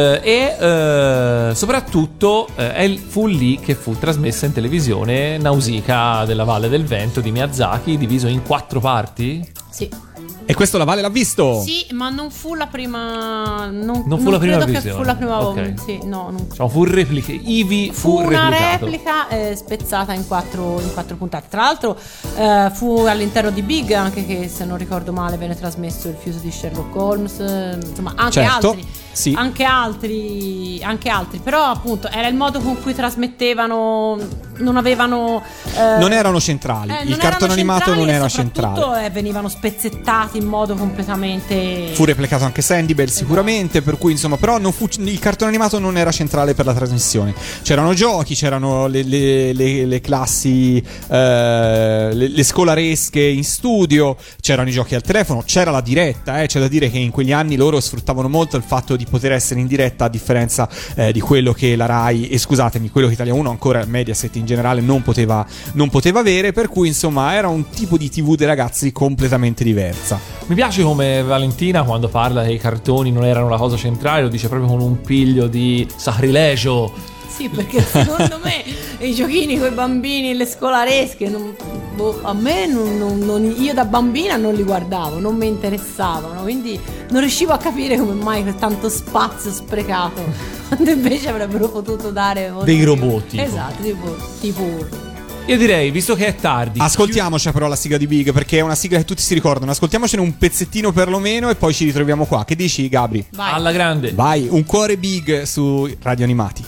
E soprattutto fu lì che fu trasmessa in televisione Nausicaa della Valle del Vento di Miyazaki, diviso in 4 parti. Sì. E questo la Vale l'ha visto? Sì, ma non fu la prima. Non fu la prima credo visione. che fu la prima volta. Ok. Sì, no, non Diciamo, fu una replicato. replica spezzata in quattro puntate. Tra l'altro fu all'interno di Big anche che, se non ricordo male, venne trasmesso il fiuto di Sherlock Holmes, insomma anche altri. Sì. Anche altri, però appunto era il modo con cui trasmettevano non avevano non erano centrali. Il cartone animato non era centrale. Venivano spezzettati in modo completamente. Fu replicato anche Sandy Bell sicuramente, per cui insomma, però il cartone animato non era centrale per la trasmissione. C'erano giochi, c'erano le classi, le scolaresche in studio, c'erano i giochi al telefono, c'era la diretta. C'è da dire che in quegli anni loro sfruttavano molto il fatto di poter essere in diretta, a differenza di quello che la Rai, e scusatemi, quello che Italia 1, ancora Mediaset in generale, non poteva avere, per cui insomma era un tipo di TV dei ragazzi completamente diversa. Mi piace come Valentina, quando parla che i cartoni non erano la cosa centrale, lo dice proprio con un piglio di sacrilegio. Sì, perché secondo me i giochini con i bambini, le scolaresche, a me io da bambina non li guardavo, non mi interessavano, quindi non riuscivo a capire come mai tanto spazio sprecato, quando invece avrebbero potuto dare dei robot tipo. Esatto, tipo. Io direi, visto che è tardi, ascoltiamoci però la sigla di Big, perché è una sigla che tutti si ricordano. Ascoltiamocene un pezzettino perlomeno e poi ci ritroviamo qua. Che dici, Gabri? Vai. Alla grande. Vai, un cuore Big su Radio Animati.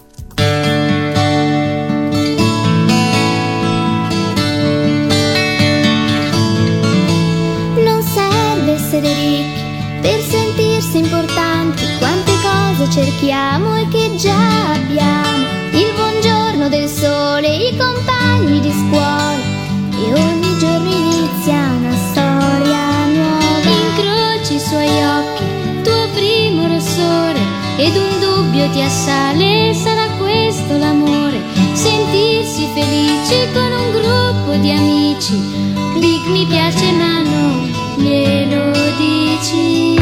Non serve essere ricchi per sentirsi importanti. Quante cose cerchiamo e che già abbiamo. Il buongiorno del sole, i compagni di scuola, e ogni giorno inizia una storia nuova. Incroci i suoi occhi, tuo primo rossore, ed un dubbio ti assale, sarà questo l'amore? Sentirsi felici con un gruppo di amici. Big mi piace ma non glielo dici.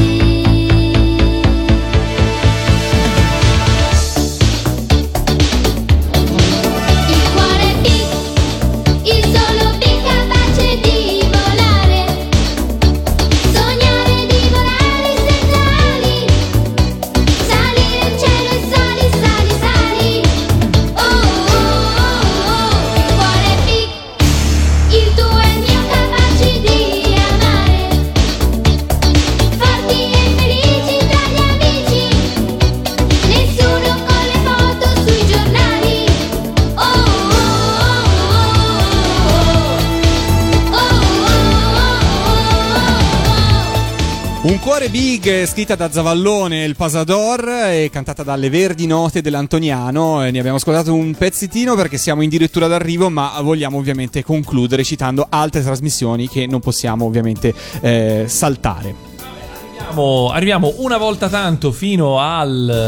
Un cuore Big, scritta da Zavallone, il Pasador, e cantata dalle Verdi Note dell'Antoniano. Ne abbiamo ascoltato un pezzettino perché siamo addirittura d'arrivo, ma vogliamo ovviamente concludere citando altre trasmissioni che non possiamo ovviamente saltare. Arriviamo una volta tanto fino a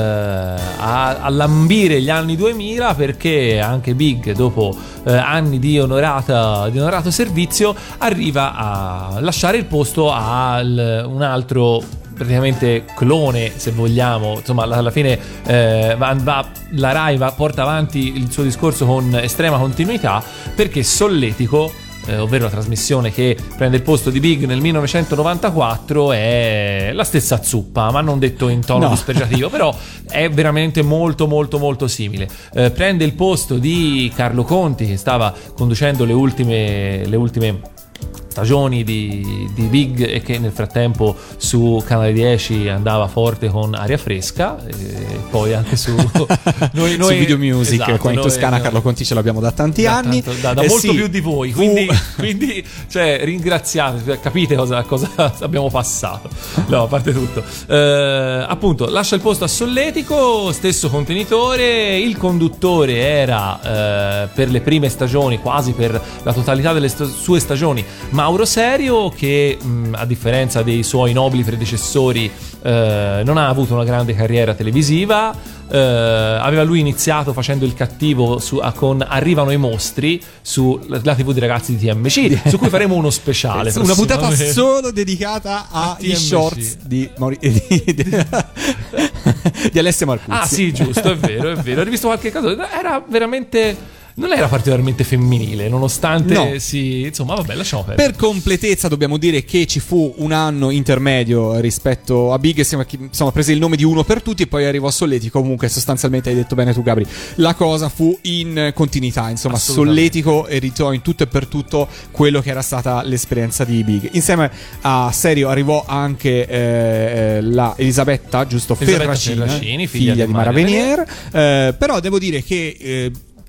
lambire gli anni 2000, perché anche Big, dopo anni di onorato servizio, arriva a lasciare il posto a un altro praticamente clone, se vogliamo. Insomma, alla fine la Rai porta avanti il suo discorso con estrema continuità, perché Solletico, ovvero la trasmissione che prende il posto di Big nel 1994, è la stessa zuppa, ma non detto in tono dispregiativo, però è veramente molto molto molto simile. Prende il posto di Carlo Conti, che stava conducendo le ultime stagioni di Big, e che nel frattempo su Canale 10 andava forte con Aria Fresca, e poi anche su noi su Video Music, esatto, qua in Toscana Carlo Conti ce l'abbiamo da tanti anni, da molto più di voi, quindi cioè, ringraziate, capite cosa abbiamo passato. No, a parte tutto, appunto lascia il posto a Solletico, stesso contenitore. Il conduttore era per le prime stagioni, quasi per la totalità delle sue stagioni, Mauro Serio, che a differenza dei suoi nobili predecessori non ha avuto una grande carriera televisiva. Aveva lui iniziato facendo il cattivo con Arrivano i mostri sulla TV dei ragazzi di TMC, su cui faremo uno speciale, una puntata solo dedicata agli shorts di Alessia Marcuzzi. Ah sì, giusto, è vero. Ho rivisto qualche caso, era veramente... non era particolarmente femminile, nonostante insomma, vabbè, lasciamo perdere. Per completezza dobbiamo dire che ci fu un anno intermedio rispetto a Big, insomma, prese il nome di Uno per Tutti e poi arrivò a Solletico. Comunque sostanzialmente hai detto bene tu, Gabri, la cosa fu in continuità, insomma. Solletico ereditò in tutto e per tutto quello che era stata l'esperienza di Big. Insieme a Serio arrivò anche la Elisabetta, giusto? Ferracini, figlia di Mara Venier. Però devo dire che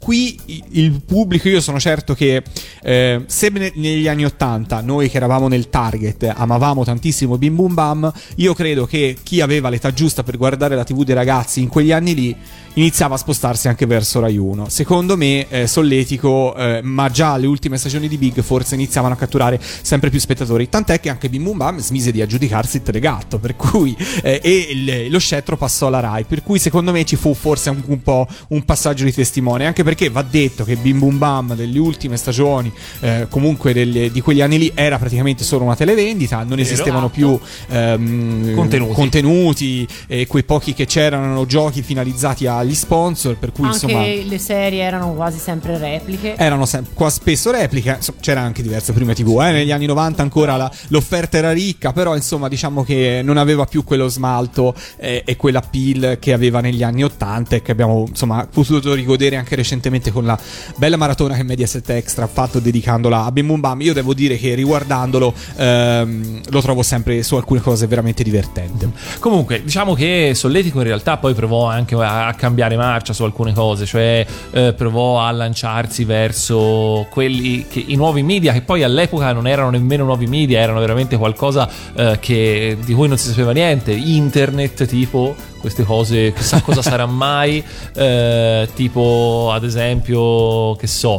qui il pubblico, io sono certo che se negli anni 80 noi che eravamo nel target amavamo tantissimo Bim Bum Bam, io credo che chi aveva l'età giusta per guardare la TV dei ragazzi in quegli anni lì iniziava a spostarsi anche verso Rai 1. Secondo me Solletico, ma già alle ultime stagioni di Big forse iniziavano a catturare sempre più spettatori, tant'è che anche Bim Bum Bam smise di aggiudicarsi il Telegatto, per cui lo scettro passò alla Rai, per cui secondo me ci fu forse un po' un passaggio di testimone, anche perché va detto che Bim Bum Bam delle ultime stagioni, comunque di quegli anni lì, era praticamente solo una televendita, non esistevano più contenuti, quei pochi che c'erano giochi finalizzati agli sponsor, per cui anche insomma le serie erano quasi sempre repliche, qua spesso repliche, insomma, c'era anche diverse prime TV, negli anni 90 ancora l'offerta era ricca, però insomma diciamo che non aveva più quello smalto e quell'appeal che aveva negli anni 80 e che abbiamo insomma potuto rigodere anche recentemente con la bella maratona che Mediaset Extra ha fatto dedicandola a Bim Bum Bam. Io devo dire che riguardandolo lo trovo sempre su alcune cose veramente divertente. Comunque diciamo che Solletico in realtà poi provò anche a cambiare marcia su alcune cose, cioè provò a lanciarsi verso quelli che i nuovi media, che poi all'epoca non erano nemmeno nuovi media, erano veramente qualcosa di cui non si sapeva niente, internet, tipo queste cose, chissà cosa sarà mai, tipo ad esempio, che so,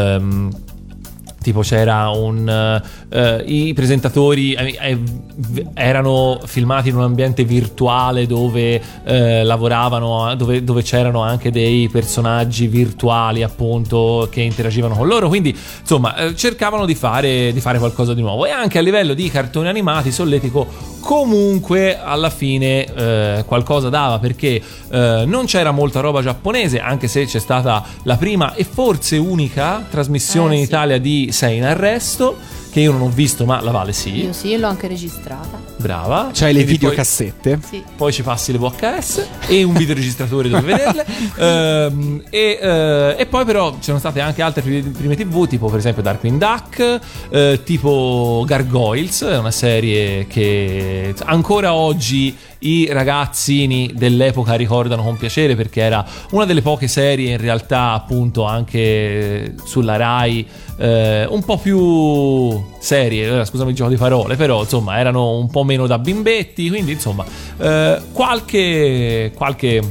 tipo c'era i presentatori erano filmati in un ambiente virtuale dove lavoravano, dove c'erano anche dei personaggi virtuali appunto che interagivano con loro, quindi insomma cercavano di fare qualcosa di nuovo. E anche a livello di cartoni animati Solletico comunque alla fine qualcosa dava, perché non c'era molta roba giapponese, anche se c'è stata la prima e forse unica trasmissione in Italia di Sei in arresto, che io non ho visto, ma la Vale sì. Io sì, l'ho anche registrata. Brava. C'hai le videocassette? Sì. Poi ci passi le VHS e un videoregistratore dove vederle. E poi però ci sono state anche altre prime TV, tipo per esempio Darkwing Duck, tipo Gargoyles, una serie che ancora oggi i ragazzini dell'epoca ricordano con piacere, perché era una delle poche serie in realtà appunto anche sulla Rai un po' più serie, scusami il gioco di parole, però insomma erano un po' meno da bimbetti, quindi insomma qualche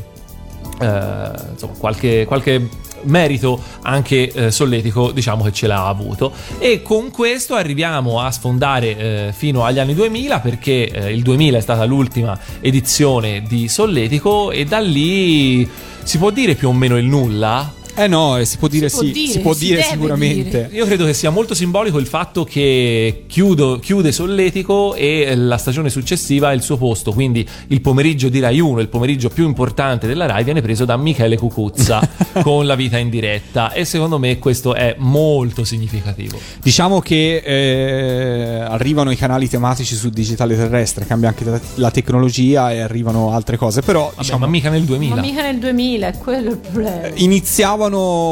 merito anche Solletico diciamo che ce l'ha avuto. E con questo arriviamo a sfondare fino agli anni 2000, perché il 2000 è stata l'ultima edizione di Solletico e da lì si può dire più o meno il nulla. No, si può dire si può dire sicuramente. Io credo che sia molto simbolico il fatto che chiude Solletico e la stagione successiva il suo posto, quindi il pomeriggio di Rai 1, il pomeriggio più importante della Rai, viene preso da Michele Cucuzza con La vita in diretta, e secondo me questo è molto significativo. Diciamo che arrivano i canali tematici sul digitale terrestre, cambia anche la tecnologia e arrivano altre cose, però vabbè, diciamo, ma mica nel 2000. Ma mica nel 2000, è quello il problema. Iniziavano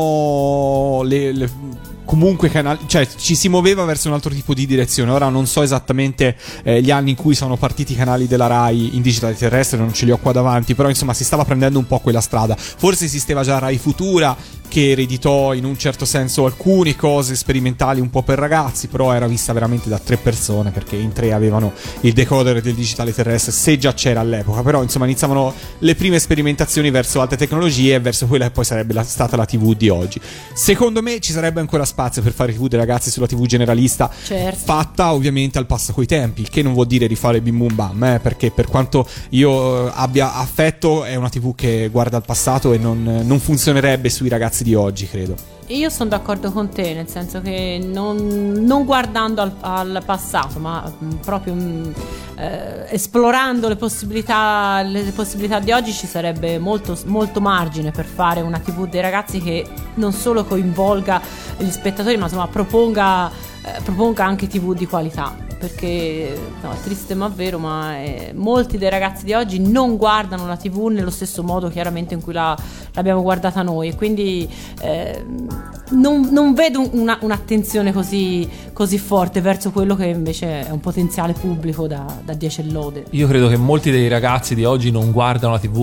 comunque canali, cioè ci si muoveva verso un altro tipo di direzione. Ora non so esattamente gli anni in cui sono partiti i canali della Rai in digitale terrestre, non ce li ho qua davanti, però insomma si stava prendendo un po' quella strada. Forse esisteva già Rai Futura, che ereditò in un certo senso alcune cose sperimentali un po' per ragazzi, però era vista veramente da 3 persone, perché in 3 avevano il decoder del digitale terrestre, se già c'era all'epoca. Però insomma iniziavano le prime sperimentazioni verso altre tecnologie e verso quella che poi sarebbe stata la TV di oggi. Secondo me ci sarebbe ancora spazio per fare TV dei ragazzi sulla TV generalista, certo, fatta ovviamente al passo coi tempi, il che non vuol dire rifare Bim Bum Bam, perché per quanto io abbia affetto, è una TV che guarda al passato e non funzionerebbe sui ragazzi di oggi, credo. Io sono d'accordo con te, nel senso che non guardando al passato, ma proprio esplorando le possibilità di oggi, ci sarebbe molto, molto margine per fare una TV dei ragazzi che non solo coinvolga gli spettatori, ma insomma proponga anche TV di qualità. Perché no, è triste ma vero, ma molti dei ragazzi di oggi non guardano la TV nello stesso modo chiaramente in cui l'abbiamo guardata noi, e quindi non vedo un'attenzione così forte verso quello che invece è un potenziale pubblico da 10 lode. Io credo che molti dei ragazzi di oggi non guardano la TV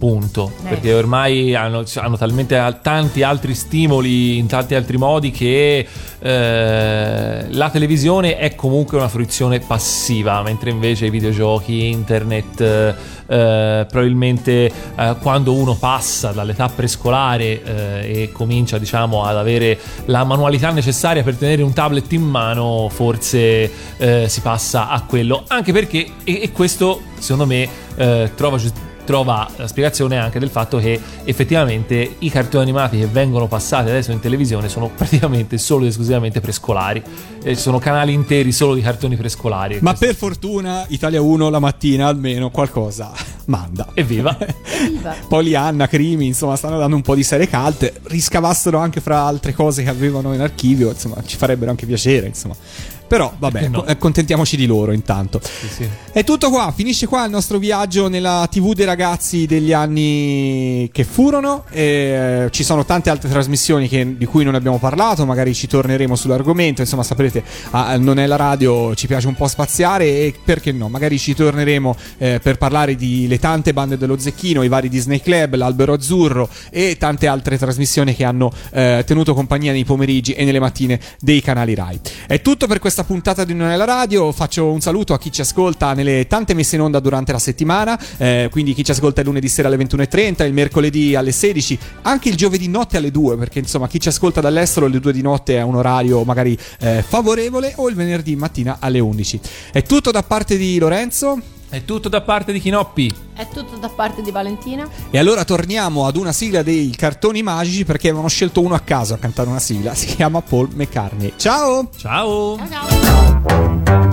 punto, perché ormai hanno talmente tanti altri stimoli in tanti altri modi che la televisione è comunque una fruizione passiva, mentre invece i videogiochi, internet, probabilmente quando uno passa dall'età prescolare e comincia, diciamo, ad avere la manualità necessaria per tenere un tablet in mano, forse si passa a quello, anche perché e questo secondo me trova la spiegazione anche del fatto che effettivamente i cartoni animati che vengono passati adesso in televisione sono praticamente solo ed esclusivamente prescolari, ci sono canali interi solo di cartoni prescolari. Ma per fortuna Italia 1 la mattina almeno qualcosa manda. Evviva! Polianna, Crimi, insomma, stanno dando un po' di serie cult, riscavassero anche fra altre cose che avevano in archivio, insomma ci farebbero anche piacere, insomma. Però vabbè, no? Accontentiamoci di loro intanto. Sì. È tutto qua, finisce qua il nostro viaggio nella TV dei ragazzi degli anni che furono. Ci sono tante altre trasmissioni di cui non abbiamo parlato, magari ci torneremo sull'argomento. Insomma, saprete, Non è la radio, ci piace un po' spaziare e perché no, magari ci torneremo per parlare di le tante bande dello Zecchino, i vari Disney Club, l'Albero Azzurro e tante altre trasmissioni che hanno tenuto compagnia nei pomeriggi e nelle mattine dei canali Rai. È tutto per questa puntata di Non è la radio. Faccio un saluto a chi ci ascolta nelle tante messe in onda durante la settimana, quindi chi ci ascolta il lunedì sera alle 21:30, il mercoledì alle 16, anche il giovedì notte alle 2, perché insomma chi ci ascolta dall'estero alle 2 di notte è un orario magari favorevole, o il venerdì mattina alle 11. È tutto da parte di Lorenzo. È tutto da parte di Chinoppi. È tutto da parte di Valentina. E allora torniamo ad una sigla dei cartoni magici, perché avevano scelto uno a caso a cantare una sigla. Si chiama Paul McCartney. Ciao! Ciao! Ciao ciao!